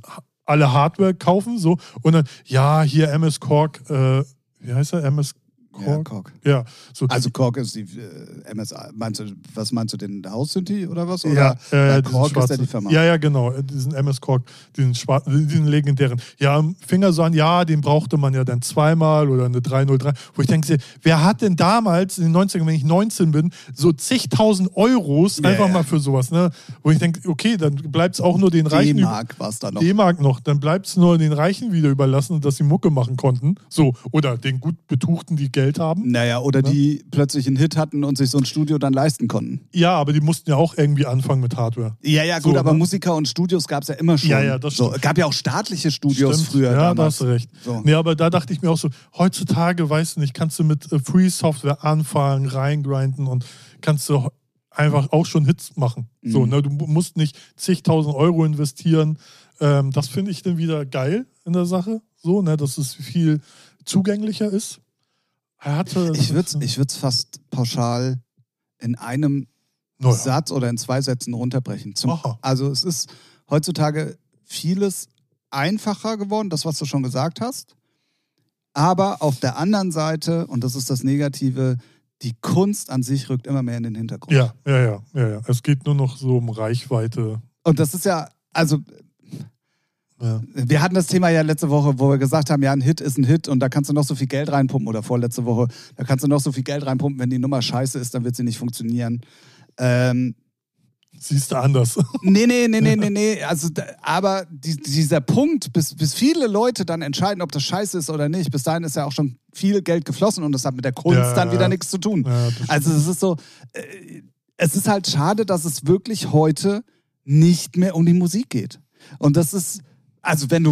[SPEAKER 1] alle Hardware kaufen, so, und dann, ja, hier MS Korg, wie heißt er? MS Korg?
[SPEAKER 2] Ja, Korg.
[SPEAKER 1] Ja, so.
[SPEAKER 2] Also Korg ist die MSA. Was meinst du, den Haus-Synthi oder was?
[SPEAKER 1] Oder
[SPEAKER 2] Korg ist ja die Firma.
[SPEAKER 1] Ja, genau, diesen MS Korg, diesen legendären. Ja, Fingersound, ja, den brauchte man ja dann zweimal oder eine 303. Wo ich denke, wer hat denn damals in den 90ern, wenn ich 19 bin, so zigtausend Euros einfach mal für sowas, ne? Wo ich denke, okay, dann bleibt es auch nur den Reichen.
[SPEAKER 2] D-Mark war es da noch.
[SPEAKER 1] D-Mark noch, dann bleibt es nur den Reichen wieder überlassen, dass sie Mucke machen konnten. So, oder den gut Betuchten, die Geld haben.
[SPEAKER 2] Naja, oder die plötzlich einen Hit hatten und sich so ein Studio dann leisten konnten.
[SPEAKER 1] Ja, aber die mussten ja auch irgendwie anfangen mit Hardware.
[SPEAKER 2] Ja, gut, so, aber Musiker und Studios gab es ja immer schon.
[SPEAKER 1] Ja, das stimmt.
[SPEAKER 2] So, gab ja auch staatliche Studios früher.
[SPEAKER 1] Ja,
[SPEAKER 2] damals.
[SPEAKER 1] da hast du recht. So. Nee, aber da dachte ich mir auch so, heutzutage, weißt du nicht, kannst du mit Free Software anfangen, reingrinden und kannst du einfach auch schon Hits machen. So, ne, du musst nicht zigtausend Euro investieren. Das finde ich dann wieder geil in der Sache. So, ne, dass es viel zugänglicher ist.
[SPEAKER 2] Ich würde es fast pauschal in einem Satz oder in 2 Sätzen runterbrechen. Also es ist heutzutage vieles einfacher geworden, das, was du schon gesagt hast. Aber auf der anderen Seite, und das ist das Negative, die Kunst an sich rückt immer mehr in den Hintergrund.
[SPEAKER 1] Ja. Es geht nur noch so um Reichweite.
[SPEAKER 2] Und das ist ja, also... Ja. Wir hatten das Thema ja letzte Woche, wo wir gesagt haben, ja, ein Hit ist ein Hit und da kannst du noch so viel Geld reinpumpen, oder vorletzte Woche, da kannst du noch so viel Geld reinpumpen, wenn die Nummer scheiße ist, dann wird sie nicht funktionieren.
[SPEAKER 1] Siehst du anders.
[SPEAKER 2] Nee. Also, aber dieser Punkt, bis viele Leute dann entscheiden, ob das scheiße ist oder nicht, bis dahin ist ja auch schon viel Geld geflossen und das hat mit der Kunst dann wieder nichts zu tun. Ja, also es ist so, es ist halt schade, dass es wirklich heute nicht mehr um die Musik geht. Und das ist, also wenn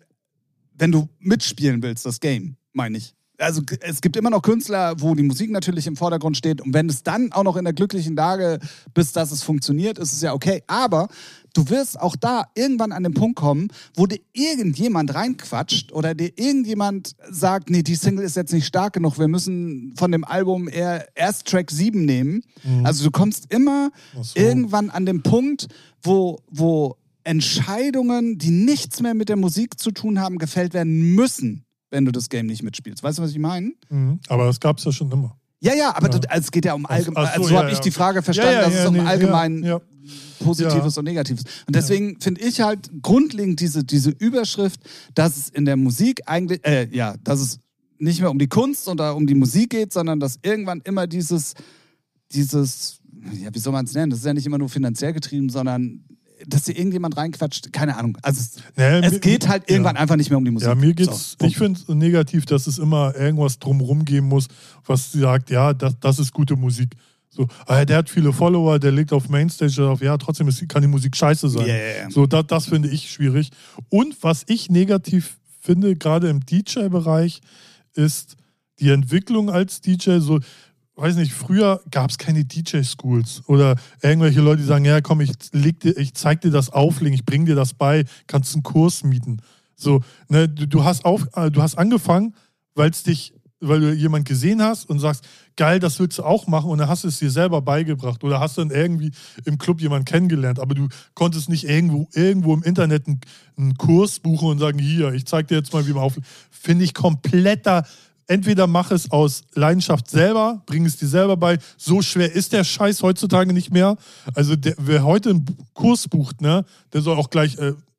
[SPEAKER 2] du mitspielen willst, das Game, meine ich. Also es gibt immer noch Künstler, wo die Musik natürlich im Vordergrund steht, und wenn es dann auch noch in der glücklichen Lage bist, dass es funktioniert, ist es ja okay. Aber du wirst auch da irgendwann an den Punkt kommen, wo dir irgendjemand reinquatscht oder dir irgendjemand sagt, nee, die Single ist jetzt nicht stark genug, wir müssen von dem Album erst Track 7 nehmen. Also du kommst immer irgendwann an den Punkt, wo Entscheidungen, die nichts mehr mit der Musik zu tun haben, gefällt werden müssen, wenn du das Game nicht mitspielst. Weißt du, was ich meine?
[SPEAKER 1] Aber das gab es ja schon immer.
[SPEAKER 2] Ja, aber es geht ja um allgemein. Also so habe ich die Frage verstanden, dass es um allgemein Positives und Negatives. Und deswegen finde ich halt grundlegend diese Überschrift, dass es in der Musik eigentlich, dass es nicht mehr um die Kunst oder um die Musik geht, sondern dass irgendwann immer dieses, wie soll man es nennen? Das ist ja nicht immer nur finanziell getrieben, sondern dass dir irgendjemand reinquatscht, keine Ahnung. Also es geht halt irgendwann einfach nicht mehr um die Musik.
[SPEAKER 1] Ja, mir geht's, ich finde es negativ, dass es immer irgendwas drumherum geben muss, was sagt, ja, das ist gute Musik. So, der hat viele Follower, der legt auf Mainstage auf, ja, trotzdem kann die Musik scheiße sein.
[SPEAKER 2] Yeah.
[SPEAKER 1] So, das finde ich schwierig. Und was ich negativ finde, gerade im DJ-Bereich, ist die Entwicklung als DJ, so, weiß nicht, früher gab es keine DJ-Schools oder irgendwelche Leute, die sagen, ja komm, ich zeig dir das Auflegen, ich bring dir das bei, kannst einen Kurs mieten. So, ne, du hast angefangen, weil du jemand gesehen hast und sagst, geil, das willst du auch machen, und dann hast du es dir selber beigebracht oder hast dann irgendwie im Club jemanden kennengelernt, aber du konntest nicht irgendwo im Internet einen Kurs buchen und sagen, hier, ich zeig dir jetzt mal, wie man auflegt. Finde ich kompletter. Entweder mach es aus Leidenschaft selber, bring es dir selber bei. So schwer ist der Scheiß heutzutage nicht mehr. Also wer heute einen Kurs bucht, ne, der soll auch gleich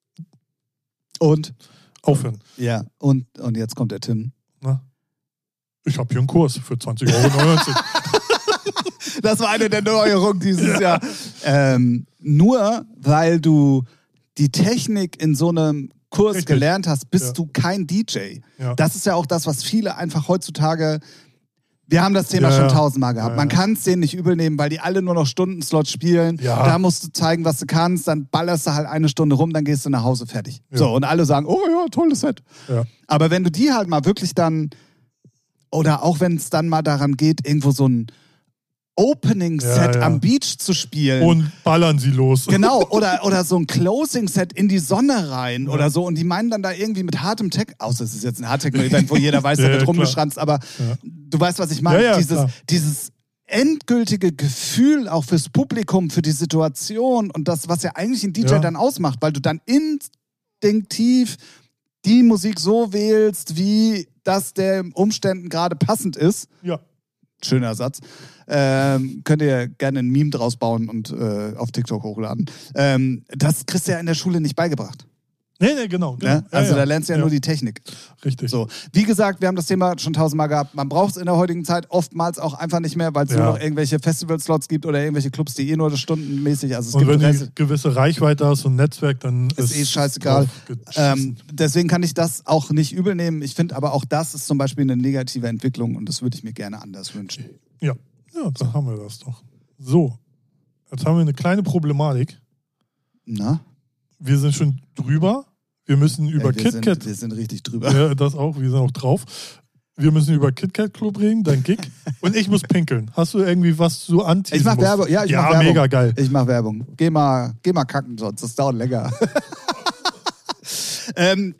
[SPEAKER 2] und
[SPEAKER 1] aufhören.
[SPEAKER 2] Ja, und jetzt kommt der Tim.
[SPEAKER 1] Na? Ich habe hier einen Kurs für 20,99 €.
[SPEAKER 2] Das war eine der Neuerungen dieses Jahr. Nur weil du die Technik in so einem Kurs gelernt hast, bist du kein DJ. Ja. Das ist ja auch das, was viele einfach heutzutage, wir haben das Thema schon 1000-mal gehabt. Man kann es denen nicht übel nehmen, weil die alle nur noch Stundenslots spielen. Ja. Da musst du zeigen, was du kannst, dann ballerst du halt 1 Stunde rum, dann gehst du nach Hause, fertig. Ja. So, und alle sagen, oh ja, tolles Set. Ja. Aber wenn du die halt mal wirklich dann, oder auch wenn es dann mal daran geht, irgendwo so ein Opening-Set am Beach zu spielen.
[SPEAKER 1] Und ballern sie los.
[SPEAKER 2] Genau, oder so ein Closing-Set in die Sonne rein oder so, und die meinen dann da irgendwie mit hartem Tech, außer es ist jetzt ein Hardtech-Event, wo jeder weiß, da wird rumgeschranzt, aber du weißt, was ich meine. Dieses endgültige Gefühl auch fürs Publikum, für die Situation und das, was ja eigentlich ein DJ dann ausmacht, weil du dann in instinktiv die Musik so wählst, wie das den Umständen gerade passend ist.
[SPEAKER 1] Ja.
[SPEAKER 2] Schöner Satz. Könnt ihr gerne ein Meme draus bauen und auf TikTok hochladen. Das kriegst du ja in der Schule nicht beigebracht.
[SPEAKER 1] Nee, genau.
[SPEAKER 2] Ne? Also da lernst du ja nur die Technik.
[SPEAKER 1] Richtig.
[SPEAKER 2] So. Wie gesagt, wir haben das Thema schon 1000-mal gehabt. Man braucht es in der heutigen Zeit oftmals auch einfach nicht mehr, weil es nur noch irgendwelche Festival-Slots gibt oder irgendwelche Clubs, die nur stundenmäßig. Also es
[SPEAKER 1] und
[SPEAKER 2] gibt
[SPEAKER 1] wenn du gewisse Reichweite hast und ein Netzwerk, dann
[SPEAKER 2] ist scheißegal. Deswegen kann ich das auch nicht übel nehmen. Ich finde aber auch das ist zum Beispiel eine negative Entwicklung und das würde ich mir gerne anders wünschen.
[SPEAKER 1] Ja, dann haben wir das doch. So, jetzt haben wir eine kleine Problematik.
[SPEAKER 2] Na?
[SPEAKER 1] Wir sind schon drüber. Wir müssen über KitKat.
[SPEAKER 2] Wir sind richtig drüber.
[SPEAKER 1] Ja, das auch. Wir sind auch drauf. Wir müssen über KitKat Club reden, dein Gig. Und ich muss pinkeln. Hast du irgendwie was zu anteasen?
[SPEAKER 2] Ich mach Werbung. Ja, ich mach Werbung.
[SPEAKER 1] Mega geil.
[SPEAKER 2] Ich mach Werbung. Geh mal kacken sonst. Das dauert länger. Dann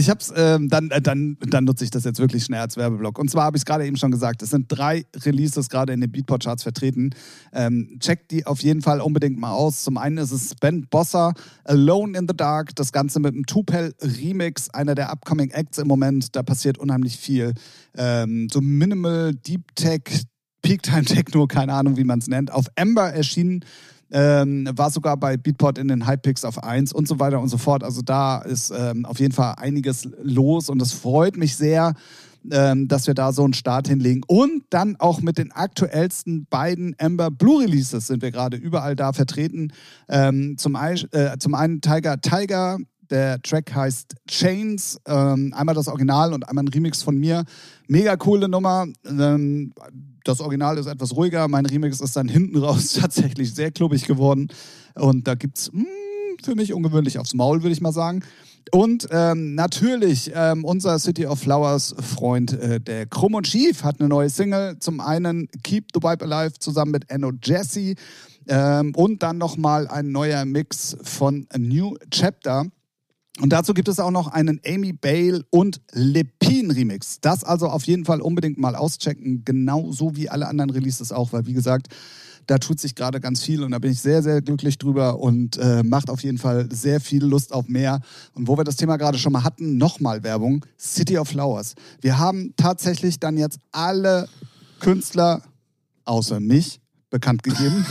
[SPEAKER 2] nutze ich das jetzt wirklich schnell als Werbeblock. Und zwar habe ich es gerade eben schon gesagt, es sind 3 Releases gerade in den Beatport-Charts vertreten. Checkt die auf jeden Fall unbedingt mal aus. Zum einen ist es Ben Bossa, Alone in the Dark, das Ganze mit einem Tupel-Remix, einer der upcoming Acts im Moment. Da passiert unheimlich viel. So Minimal, Deep Tech, Peak Time Techno, keine Ahnung, wie man es nennt. Auf Ember erschienen. War sogar bei Beatport in den Hypepicks auf 1 und so weiter und so fort. Also da ist auf jeden Fall einiges los und es freut mich sehr, dass wir da so einen Start hinlegen. Und dann auch mit den aktuellsten beiden Ember Blue Releases sind wir gerade überall da vertreten. Zum einen Tiger, der Track heißt Chains, einmal das Original und einmal ein Remix von mir. Mega coole Nummer. Das Original ist etwas ruhiger, mein Remix ist dann hinten raus tatsächlich sehr klubbig geworden. Und da gibt's für mich ungewöhnlich aufs Maul, würde ich mal sagen. Und natürlich unser City of Flowers Freund, der Krumm und Schief, hat eine neue Single. Zum einen Keep the Vibe Alive zusammen mit Enno Jesse und dann nochmal ein neuer Mix von A New Chapter. Und dazu gibt es auch noch einen Amy Bale und Lepine Remix. Das also auf jeden Fall unbedingt mal auschecken, genauso wie alle anderen Releases auch, weil wie gesagt, da tut sich gerade ganz viel und da bin ich sehr, sehr glücklich drüber und macht auf jeden Fall sehr viel Lust auf mehr. Und wo wir das Thema gerade schon mal hatten, nochmal Werbung, City of Flowers. Wir haben tatsächlich dann jetzt alle Künstler, außer mich, bekannt gegeben.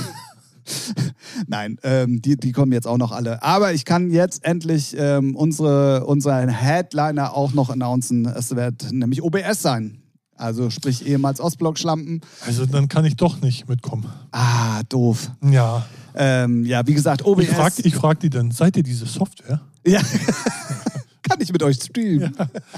[SPEAKER 2] Nein, die kommen jetzt auch noch alle. Aber ich kann jetzt endlich unseren Headliner auch noch announcen. Es wird nämlich OBS sein. Also sprich ehemals Ostblock-Schlampen.
[SPEAKER 1] Also dann kann ich doch nicht mitkommen.
[SPEAKER 2] Ah, doof.
[SPEAKER 1] Ja.
[SPEAKER 2] Ja, wie gesagt, OBS...
[SPEAKER 1] Ich frag die dann, seid ihr diese Software?
[SPEAKER 2] Ja. Kann ich mit euch streamen.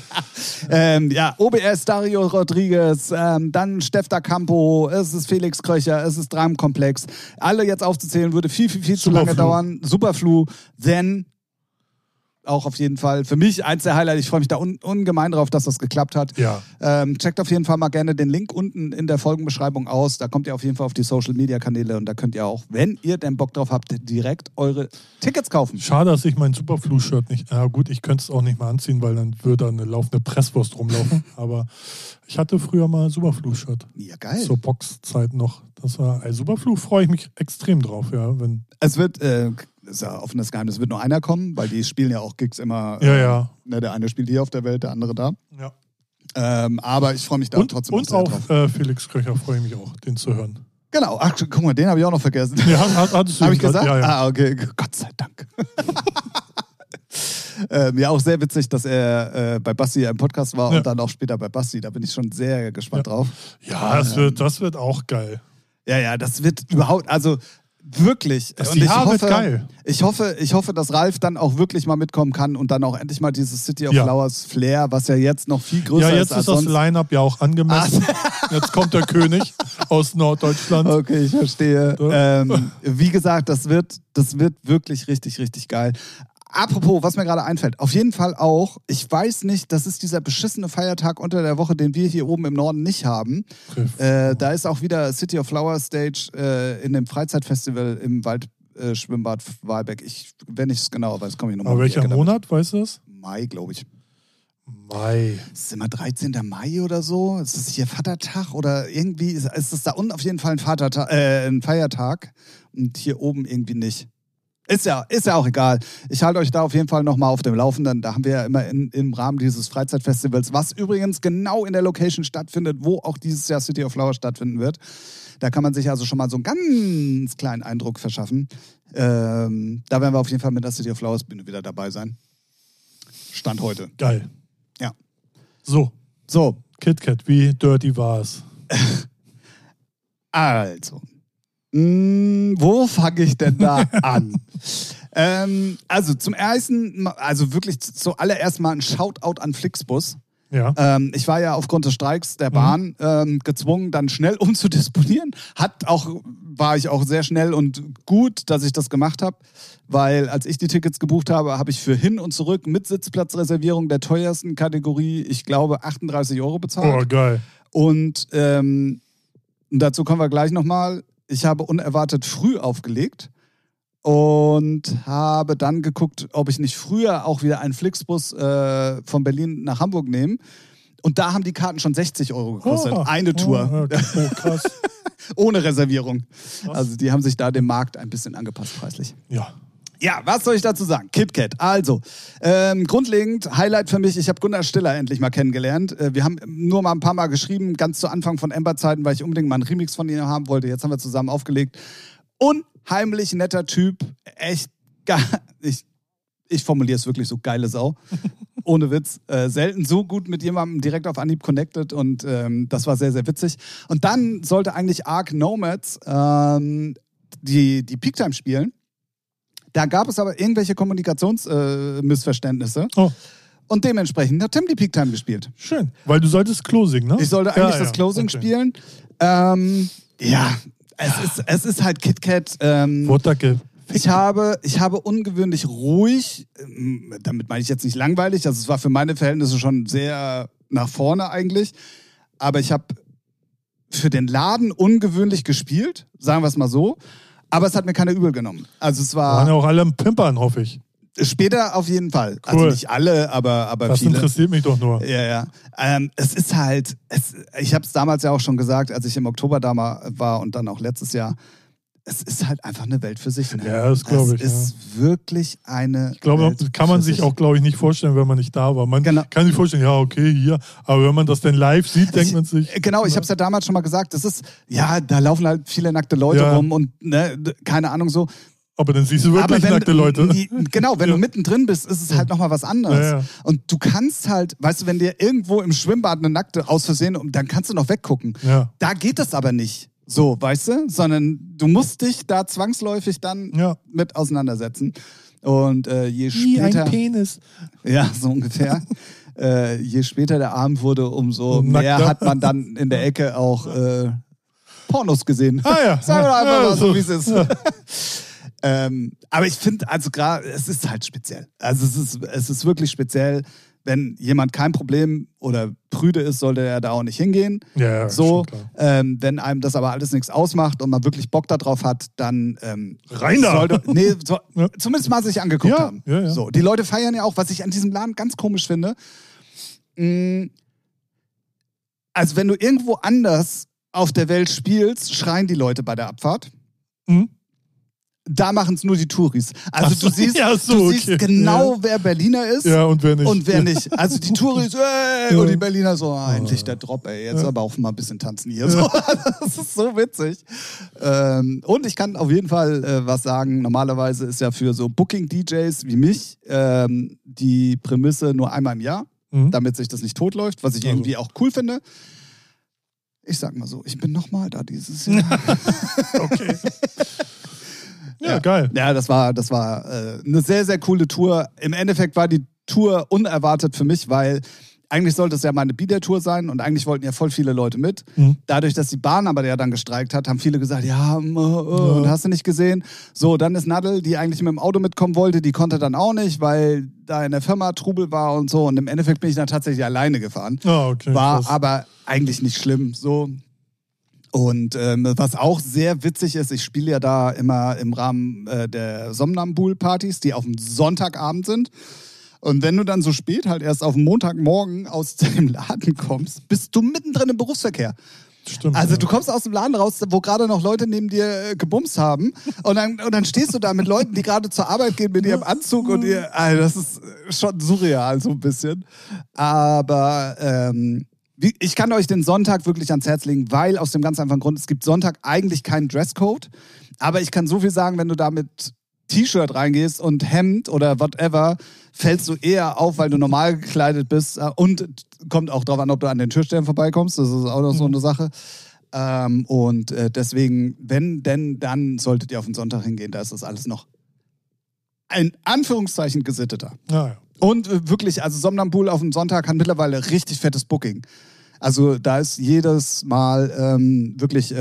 [SPEAKER 2] Ja, OBS, Dario Rodriguez, dann Steff da Campo, es ist Felix Kröcher, es ist Dramenkomplex. Alle jetzt aufzuzählen würde viel zu lange dauern. Superflu, then auch auf jeden Fall für mich eins der Highlights. Ich freue mich da ungemein drauf, dass das geklappt hat.
[SPEAKER 1] Ja.
[SPEAKER 2] Checkt auf jeden Fall mal gerne den Link unten in der Folgenbeschreibung aus. Da kommt ihr auf jeden Fall auf die Social-Media-Kanäle und da könnt ihr auch, wenn ihr denn Bock drauf habt, direkt eure Tickets kaufen.
[SPEAKER 1] Schade, dass ich mein Superflu-Shirt nicht... Ja gut, ich könnte es auch nicht mal anziehen, weil dann würde da eine laufende Presswurst rumlaufen. Aber ich hatte früher mal ein Superflu-Shirt.
[SPEAKER 2] Ja, geil.
[SPEAKER 1] Zur Boxzeit noch. Das war Superflu, freue ich mich extrem drauf. Ja,
[SPEAKER 2] es wird... Das ist ja ein offenes Geheimnis, es wird nur einer kommen, weil die spielen ja auch Gigs immer.
[SPEAKER 1] Ja.
[SPEAKER 2] Ne, der eine spielt hier auf der Welt, der andere da.
[SPEAKER 1] Ja.
[SPEAKER 2] Aber ich freue mich da trotzdem
[SPEAKER 1] und
[SPEAKER 2] sehr
[SPEAKER 1] drauf. Felix Kröcher freue ich mich auch, den zu hören.
[SPEAKER 2] Genau, ach, guck mal, den habe ich auch noch vergessen.
[SPEAKER 1] Ja, hattest du
[SPEAKER 2] Habe ich gesagt?
[SPEAKER 1] Ja.
[SPEAKER 2] Ah, okay, Gott sei Dank. Ja, auch sehr witzig, dass er bei Basti im Podcast war und dann auch später bei Basti. Da bin ich schon sehr gespannt drauf.
[SPEAKER 1] Ja, das wird auch geil.
[SPEAKER 2] Ja, das wird überhaupt, also wirklich.
[SPEAKER 1] Das wird geil.
[SPEAKER 2] Ich hoffe, dass Ralf dann auch wirklich mal mitkommen kann und dann auch endlich mal dieses City of Flowers Flair, was ja jetzt noch viel größer ist.
[SPEAKER 1] Ja, jetzt ist das Line-Up ja auch angemessen. Jetzt kommt der König aus Norddeutschland.
[SPEAKER 2] Okay, ich verstehe. Wie gesagt, das wird wirklich richtig, richtig geil. Apropos, was mir gerade einfällt, auf jeden Fall auch, ich weiß nicht, das ist dieser beschissene Feiertag unter der Woche, den wir hier oben im Norden nicht haben. Da ist auch wieder City of Flowers Stage in dem Freizeitfestival im Waldschwimmbad Wahlbeck. Wenn ich es genau weiß, komme ich nochmal.
[SPEAKER 1] Aber welcher Monat, weißt du das?
[SPEAKER 2] Mai, glaube ich.
[SPEAKER 1] Mai.
[SPEAKER 2] Ist es immer 13. Mai oder so? Ist das hier Vatertag oder irgendwie? Ist das da unten auf jeden Fall ein Feiertag und hier oben irgendwie nicht. Ist ja auch egal. Ich halte euch da auf jeden Fall nochmal auf dem Laufenden. Da haben wir ja immer im Rahmen dieses Freizeitfestivals, was übrigens genau in der Location stattfindet, wo auch dieses Jahr City of Flowers stattfinden wird. Da kann man sich also schon mal so einen ganz kleinen Eindruck verschaffen. Da werden wir auf jeden Fall mit der City of Flowers Bühne wieder dabei sein. Stand heute.
[SPEAKER 1] Geil.
[SPEAKER 2] Ja.
[SPEAKER 1] So. KitKat, wie dirty war es?
[SPEAKER 2] Also. Wo fange ich denn da an? Also zum ersten, also wirklich zuallererst mal ein Shoutout an Flixbus.
[SPEAKER 1] Ja.
[SPEAKER 2] Ich war ja aufgrund des Streiks der Bahn gezwungen, dann schnell umzudisponieren. War ich auch sehr schnell und gut, dass ich das gemacht habe, weil als ich die Tickets gebucht habe, habe ich für hin und zurück mit Sitzplatzreservierung der teuersten Kategorie, ich glaube, 38 € bezahlt.
[SPEAKER 1] Oh, geil.
[SPEAKER 2] Und dazu kommen wir gleich nochmal. Ich habe unerwartet früh aufgelegt und habe dann geguckt, ob ich nicht früher auch wieder einen Flixbus von Berlin nach Hamburg nehme. Und da haben die Karten schon 60 € gekostet. Eine Tour.
[SPEAKER 1] Oh, krass.
[SPEAKER 2] Ohne Reservierung.
[SPEAKER 1] Krass.
[SPEAKER 2] Also die haben sich da dem Markt ein bisschen angepasst preislich.
[SPEAKER 1] Ja.
[SPEAKER 2] Ja, was soll ich dazu sagen? KitKat. Also, grundlegend, Highlight für mich, ich habe Gunnar Stiller endlich mal kennengelernt. Wir haben nur mal ein paar Mal geschrieben, ganz zu Anfang von Ember-Zeiten, weil ich unbedingt mal einen Remix von ihm haben wollte. Jetzt haben wir zusammen aufgelegt. Unheimlich netter Typ. Echt geil. Ich formuliere es wirklich so, geile Sau. Ohne Witz. Selten so gut mit jemandem direkt auf Anhieb connected und das war sehr, sehr witzig. Und dann sollte eigentlich Ark Nomads die Peak Time spielen. Da gab es aber irgendwelche Kommunikationsmissverständnisse. Und dementsprechend hat Tim die Peak Time gespielt.
[SPEAKER 1] Schön, weil du solltest Closing, ne?
[SPEAKER 2] Ich sollte eigentlich das Closing spielen. Es ist halt KitKat. Ich habe ungewöhnlich ruhig, damit meine ich jetzt nicht langweilig, also es war für meine Verhältnisse schon sehr nach vorne eigentlich, aber ich habe für den Laden ungewöhnlich gespielt, sagen wir es mal so. Aber es hat mir keiner übel genommen. Also es war...
[SPEAKER 1] Waren ja auch alle am Pimpern, hoffe ich.
[SPEAKER 2] Später auf jeden Fall.
[SPEAKER 1] Cool.
[SPEAKER 2] Also nicht alle, aber
[SPEAKER 1] das
[SPEAKER 2] viele.
[SPEAKER 1] Das interessiert mich doch nur.
[SPEAKER 2] Ja. Es ist halt... ich habe es damals ja auch schon gesagt, als ich im Oktober da mal war und dann auch letztes Jahr. Es ist halt einfach eine Welt für sich. Ne?
[SPEAKER 1] Ja, das glaube ich.
[SPEAKER 2] Es ist wirklich eine
[SPEAKER 1] Ich glaube,
[SPEAKER 2] Welt
[SPEAKER 1] kann man
[SPEAKER 2] für
[SPEAKER 1] sich
[SPEAKER 2] sich
[SPEAKER 1] auch, glaube ich, nicht vorstellen, wenn man nicht da war. Man kann sich vorstellen, ja, okay, hier. Aber wenn man das dann live sieht, denkt man sich...
[SPEAKER 2] Genau, ich habe es ja damals schon mal gesagt. Das ist, ja, da laufen halt viele nackte Leute rum und ne, keine Ahnung so.
[SPEAKER 1] Aber dann siehst du wirklich nackte Leute.
[SPEAKER 2] Genau, wenn du mittendrin bist, ist es halt nochmal was anderes.
[SPEAKER 1] Ja.
[SPEAKER 2] Und du kannst halt, weißt du, wenn dir irgendwo im Schwimmbad eine Nackte aus Versehen, dann kannst du noch weggucken.
[SPEAKER 1] Ja.
[SPEAKER 2] Da geht es aber nicht. So, weißt du? Sondern du musst dich da zwangsläufig dann mit auseinandersetzen. Und je später...
[SPEAKER 1] Wie ein Penis.
[SPEAKER 2] Ja, so ungefähr. Je später der Abend wurde, umso mehr hat man dann in der Ecke auch Pornos gesehen.
[SPEAKER 1] Ah ja.
[SPEAKER 2] Sagen wir doch einfach mal so, wie es ist. Aber ich finde, also gerade, es ist halt speziell. Also es ist wirklich speziell. Wenn jemand kein Problem oder prüde ist, sollte er da auch nicht hingehen.
[SPEAKER 1] Ja,
[SPEAKER 2] so, wenn einem das aber alles nichts ausmacht und man wirklich Bock darauf hat, dann
[SPEAKER 1] rein da!
[SPEAKER 2] Zumindest mal sich angeguckt haben.
[SPEAKER 1] Ja.
[SPEAKER 2] So, die Leute feiern ja auch, was ich an diesem Laden ganz komisch finde. Also wenn du irgendwo anders auf der Welt spielst, schreien die Leute bei der Abfahrt.
[SPEAKER 1] Mhm.
[SPEAKER 2] Da machen es nur die Touris. Also du siehst,
[SPEAKER 1] genau,
[SPEAKER 2] wer Berliner ist
[SPEAKER 1] und wer nicht.
[SPEAKER 2] Also die Touris, und die Berliner so, endlich der Drop, ey, jetzt aber auch mal ein bisschen tanzen hier. So. Das ist so witzig. Und ich kann auf jeden Fall was sagen. Normalerweise ist ja für so Booking-DJs wie mich die Prämisse nur einmal im Jahr, damit sich das nicht totläuft, was ich irgendwie auch cool finde. Ich sag mal so, ich bin nochmal da dieses Jahr.
[SPEAKER 1] Okay. Ja, geil.
[SPEAKER 2] Ja, das war eine sehr, sehr coole Tour. Im Endeffekt war die Tour unerwartet für mich, weil eigentlich sollte es ja meine Bieder-Tour sein und eigentlich wollten ja voll viele Leute mit. Dadurch, dass die Bahn aber ja dann gestreikt hat, haben viele gesagt, und hast du nicht gesehen? So, dann ist Nadel, die eigentlich mit dem Auto mitkommen wollte, die konnte dann auch nicht, weil da in der Firma Trubel war und so. Und im Endeffekt bin ich dann tatsächlich alleine gefahren.
[SPEAKER 1] Okay,
[SPEAKER 2] war
[SPEAKER 1] krass.
[SPEAKER 2] Aber eigentlich nicht schlimm. So. Und was auch sehr witzig ist, ich spiele ja da immer im Rahmen der Somnambul-Partys, die auf dem Sonntagabend sind. Und wenn du dann so spät halt erst auf dem Montagmorgen aus dem Laden kommst, bist du mittendrin im Berufsverkehr.
[SPEAKER 1] Stimmt.
[SPEAKER 2] Also du kommst aus dem Laden raus, wo gerade noch Leute neben dir gebumst haben und dann stehst du da mit Leuten, die gerade zur Arbeit gehen mit ihrem Anzug und also das ist schon surreal so ein bisschen. Aber ich kann euch den Sonntag wirklich ans Herz legen, weil aus dem ganz einfachen Grund, es gibt Sonntag eigentlich keinen Dresscode, aber ich kann so viel sagen, wenn du da mit T-Shirt reingehst und Hemd oder whatever, fällst du eher auf, weil du normal gekleidet bist und kommt auch drauf an, ob du an den Türstellen vorbeikommst, das ist auch noch so eine Sache. Deswegen, wenn denn, dann solltet ihr auf den Sonntag hingehen, da ist das alles noch in Anführungszeichen gesitteter.
[SPEAKER 1] Ja.
[SPEAKER 2] Und wirklich, also Somnambul auf dem Sonntag hat mittlerweile richtig fettes Booking. Also da ist jedes Mal wirklich,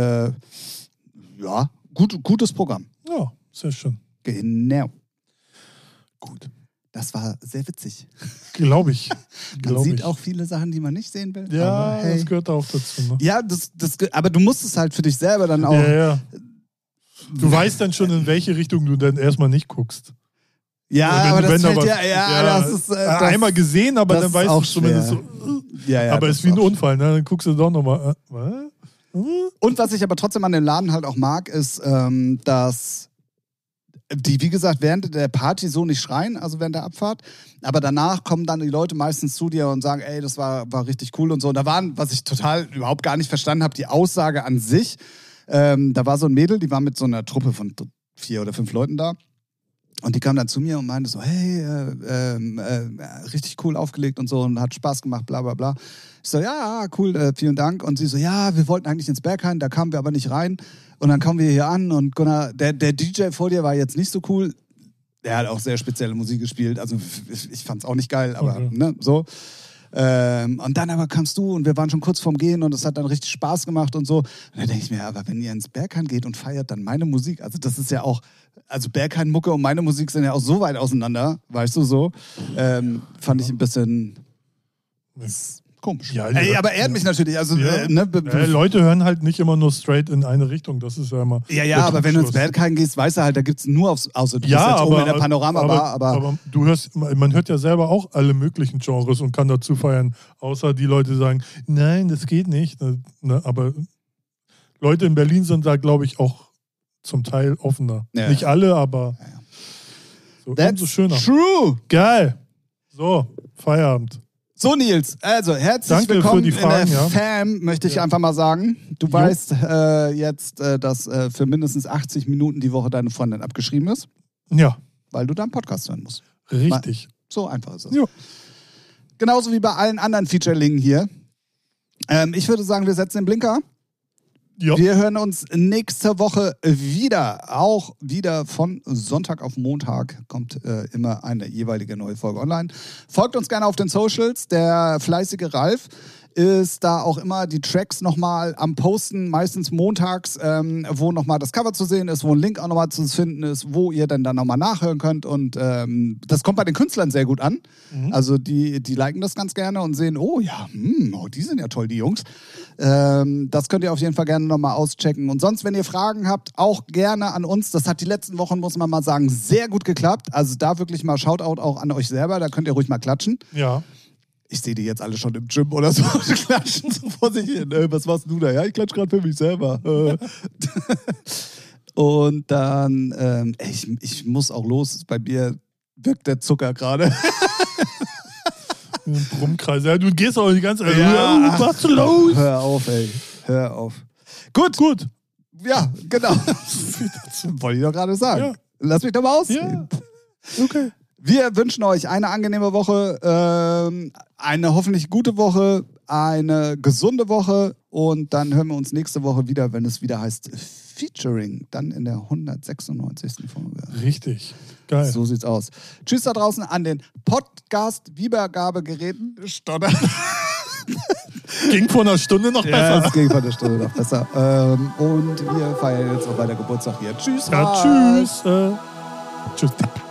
[SPEAKER 2] gutes Programm.
[SPEAKER 1] Ja, sehr schön.
[SPEAKER 2] Genau.
[SPEAKER 1] Gut.
[SPEAKER 2] Das war sehr witzig.
[SPEAKER 1] Glaube ich.
[SPEAKER 2] Man sieht auch viele Sachen, die man nicht sehen will.
[SPEAKER 1] Ja,
[SPEAKER 2] aber, hey.
[SPEAKER 1] Das gehört auch dazu. Ne?
[SPEAKER 2] Ja, aber du musst es halt für dich selber dann auch.
[SPEAKER 1] Ja. Du weißt dann schon, in welche Richtung du dann erstmal nicht guckst.
[SPEAKER 2] Ja, aber das fällt das ist...
[SPEAKER 1] einmal gesehen, aber dann weißt du zumindest so... aber es ist wie ein Unfall, ne? Dann guckst du doch nochmal...
[SPEAKER 2] Und was ich aber trotzdem an dem Laden halt auch mag, ist, dass die, wie gesagt, während der Party so nicht schreien, also während der Abfahrt, aber danach kommen dann die Leute meistens zu dir und sagen, ey, das war richtig cool und so. Und da waren, was ich total überhaupt gar nicht verstanden habe, die Aussage an sich. Da war so ein Mädel, die war mit so einer Truppe von 4 oder 5 Leuten da. Und die kam dann zu mir und meinte so, hey, richtig cool aufgelegt und so und hat Spaß gemacht, bla bla bla. Ich so, ja, cool, vielen Dank. Und sie so, ja, wir wollten eigentlich ins Berghain, da kamen wir aber nicht rein. Und dann kommen wir hier an und Gunnar, der DJ vor dir war jetzt nicht so cool. Der hat auch sehr spezielle Musik gespielt. Also ich fand's auch nicht geil, aber ne, so. Und dann aber kamst du und wir waren schon kurz vorm Gehen und es hat dann richtig Spaß gemacht und so. Und dann denke ich mir, aber wenn ihr ins Berghain geht und feiert dann meine Musik, also das ist ja auch, also Berghain-Mucke und meine Musik sind ja auch so weit auseinander, weißt du so, fand ich ein bisschen komisch.
[SPEAKER 1] Ja,
[SPEAKER 2] aber ehrt mich natürlich. Also,
[SPEAKER 1] Leute hören halt nicht immer nur straight in eine Richtung, das ist ja immer...
[SPEAKER 2] Ja, aber wenn du ins Berghain gehst, weißt du halt, da gibt es nur außer du bist jetzt oben in der Panoramabar,
[SPEAKER 1] aber du hörst, man hört ja selber auch alle möglichen Genres und kann dazu feiern, außer die Leute sagen, nein, das geht nicht. Ne, aber Leute in Berlin sind da, glaube ich, auch zum Teil offener. Ja. Nicht alle, aber so, umso schöner.
[SPEAKER 2] True.
[SPEAKER 1] Geil. So, Feierabend.
[SPEAKER 2] So, Nils, also herzlich willkommen in der Fam, möchte ich einfach mal sagen. Du weißt jetzt, dass für mindestens 80 Minuten die Woche deine Freundin abgeschrieben ist.
[SPEAKER 1] Ja.
[SPEAKER 2] Weil du deinen Podcast hören musst.
[SPEAKER 1] Richtig.
[SPEAKER 2] So einfach ist es.
[SPEAKER 1] Ja.
[SPEAKER 2] Genauso wie bei allen anderen Featurelingen hier. Ich würde sagen, wir setzen den Blinker. Ja. Wir hören uns nächste Woche wieder. Auch wieder von Sonntag auf Montag kommt immer eine jeweilige neue Folge online. Folgt uns gerne auf den Socials. Der fleißige Ralf ist da auch immer die Tracks nochmal am Posten, meistens montags, wo nochmal das Cover zu sehen ist, wo ein Link auch nochmal zu finden ist, wo ihr dann nochmal nachhören könnt. Und das kommt bei den Künstlern sehr gut an. Mhm. Also die liken das ganz gerne und sehen, oh ja, die sind ja toll, die Jungs. Das könnt ihr auf jeden Fall gerne nochmal auschecken. Und sonst, wenn ihr Fragen habt, auch gerne an uns. Das hat die letzten Wochen, muss man mal sagen, sehr gut geklappt. Also da wirklich mal Shoutout auch an euch selber. Da könnt ihr ruhig mal klatschen.
[SPEAKER 1] Ja.
[SPEAKER 2] Ich sehe die jetzt alle schon im Gym oder so, die klatschen so vor sich hin. Was machst du da? Ja, ich klatsche gerade für mich selber. Und dann, ich muss auch los. Bei mir wirkt der Zucker gerade.
[SPEAKER 1] Brummkreis. Ja, du gehst auch die ganze Zeit. Ja, was ist los?
[SPEAKER 2] Hör auf, ey. Hör auf. Gut. Ja, genau. Wollte ich doch gerade sagen. Ja. Lass mich doch mal ausreden.
[SPEAKER 1] Ja. Okay.
[SPEAKER 2] Wir wünschen euch eine angenehme Woche, eine hoffentlich gute Woche, eine gesunde Woche und dann hören wir uns nächste Woche wieder, wenn es wieder heißt Featuring, dann in der 196. Folge.
[SPEAKER 1] Richtig, geil.
[SPEAKER 2] So sieht's aus. Tschüss da draußen an den Podcast-Wiedergabegeräten. Stotter.
[SPEAKER 1] Ging vor einer Stunde noch besser.
[SPEAKER 2] Ja, es ging vor einer Stunde noch besser. Und wir feiern jetzt auch weiter Geburtstag hier. Tschüss.
[SPEAKER 1] Ja, tschüss. Tschüss.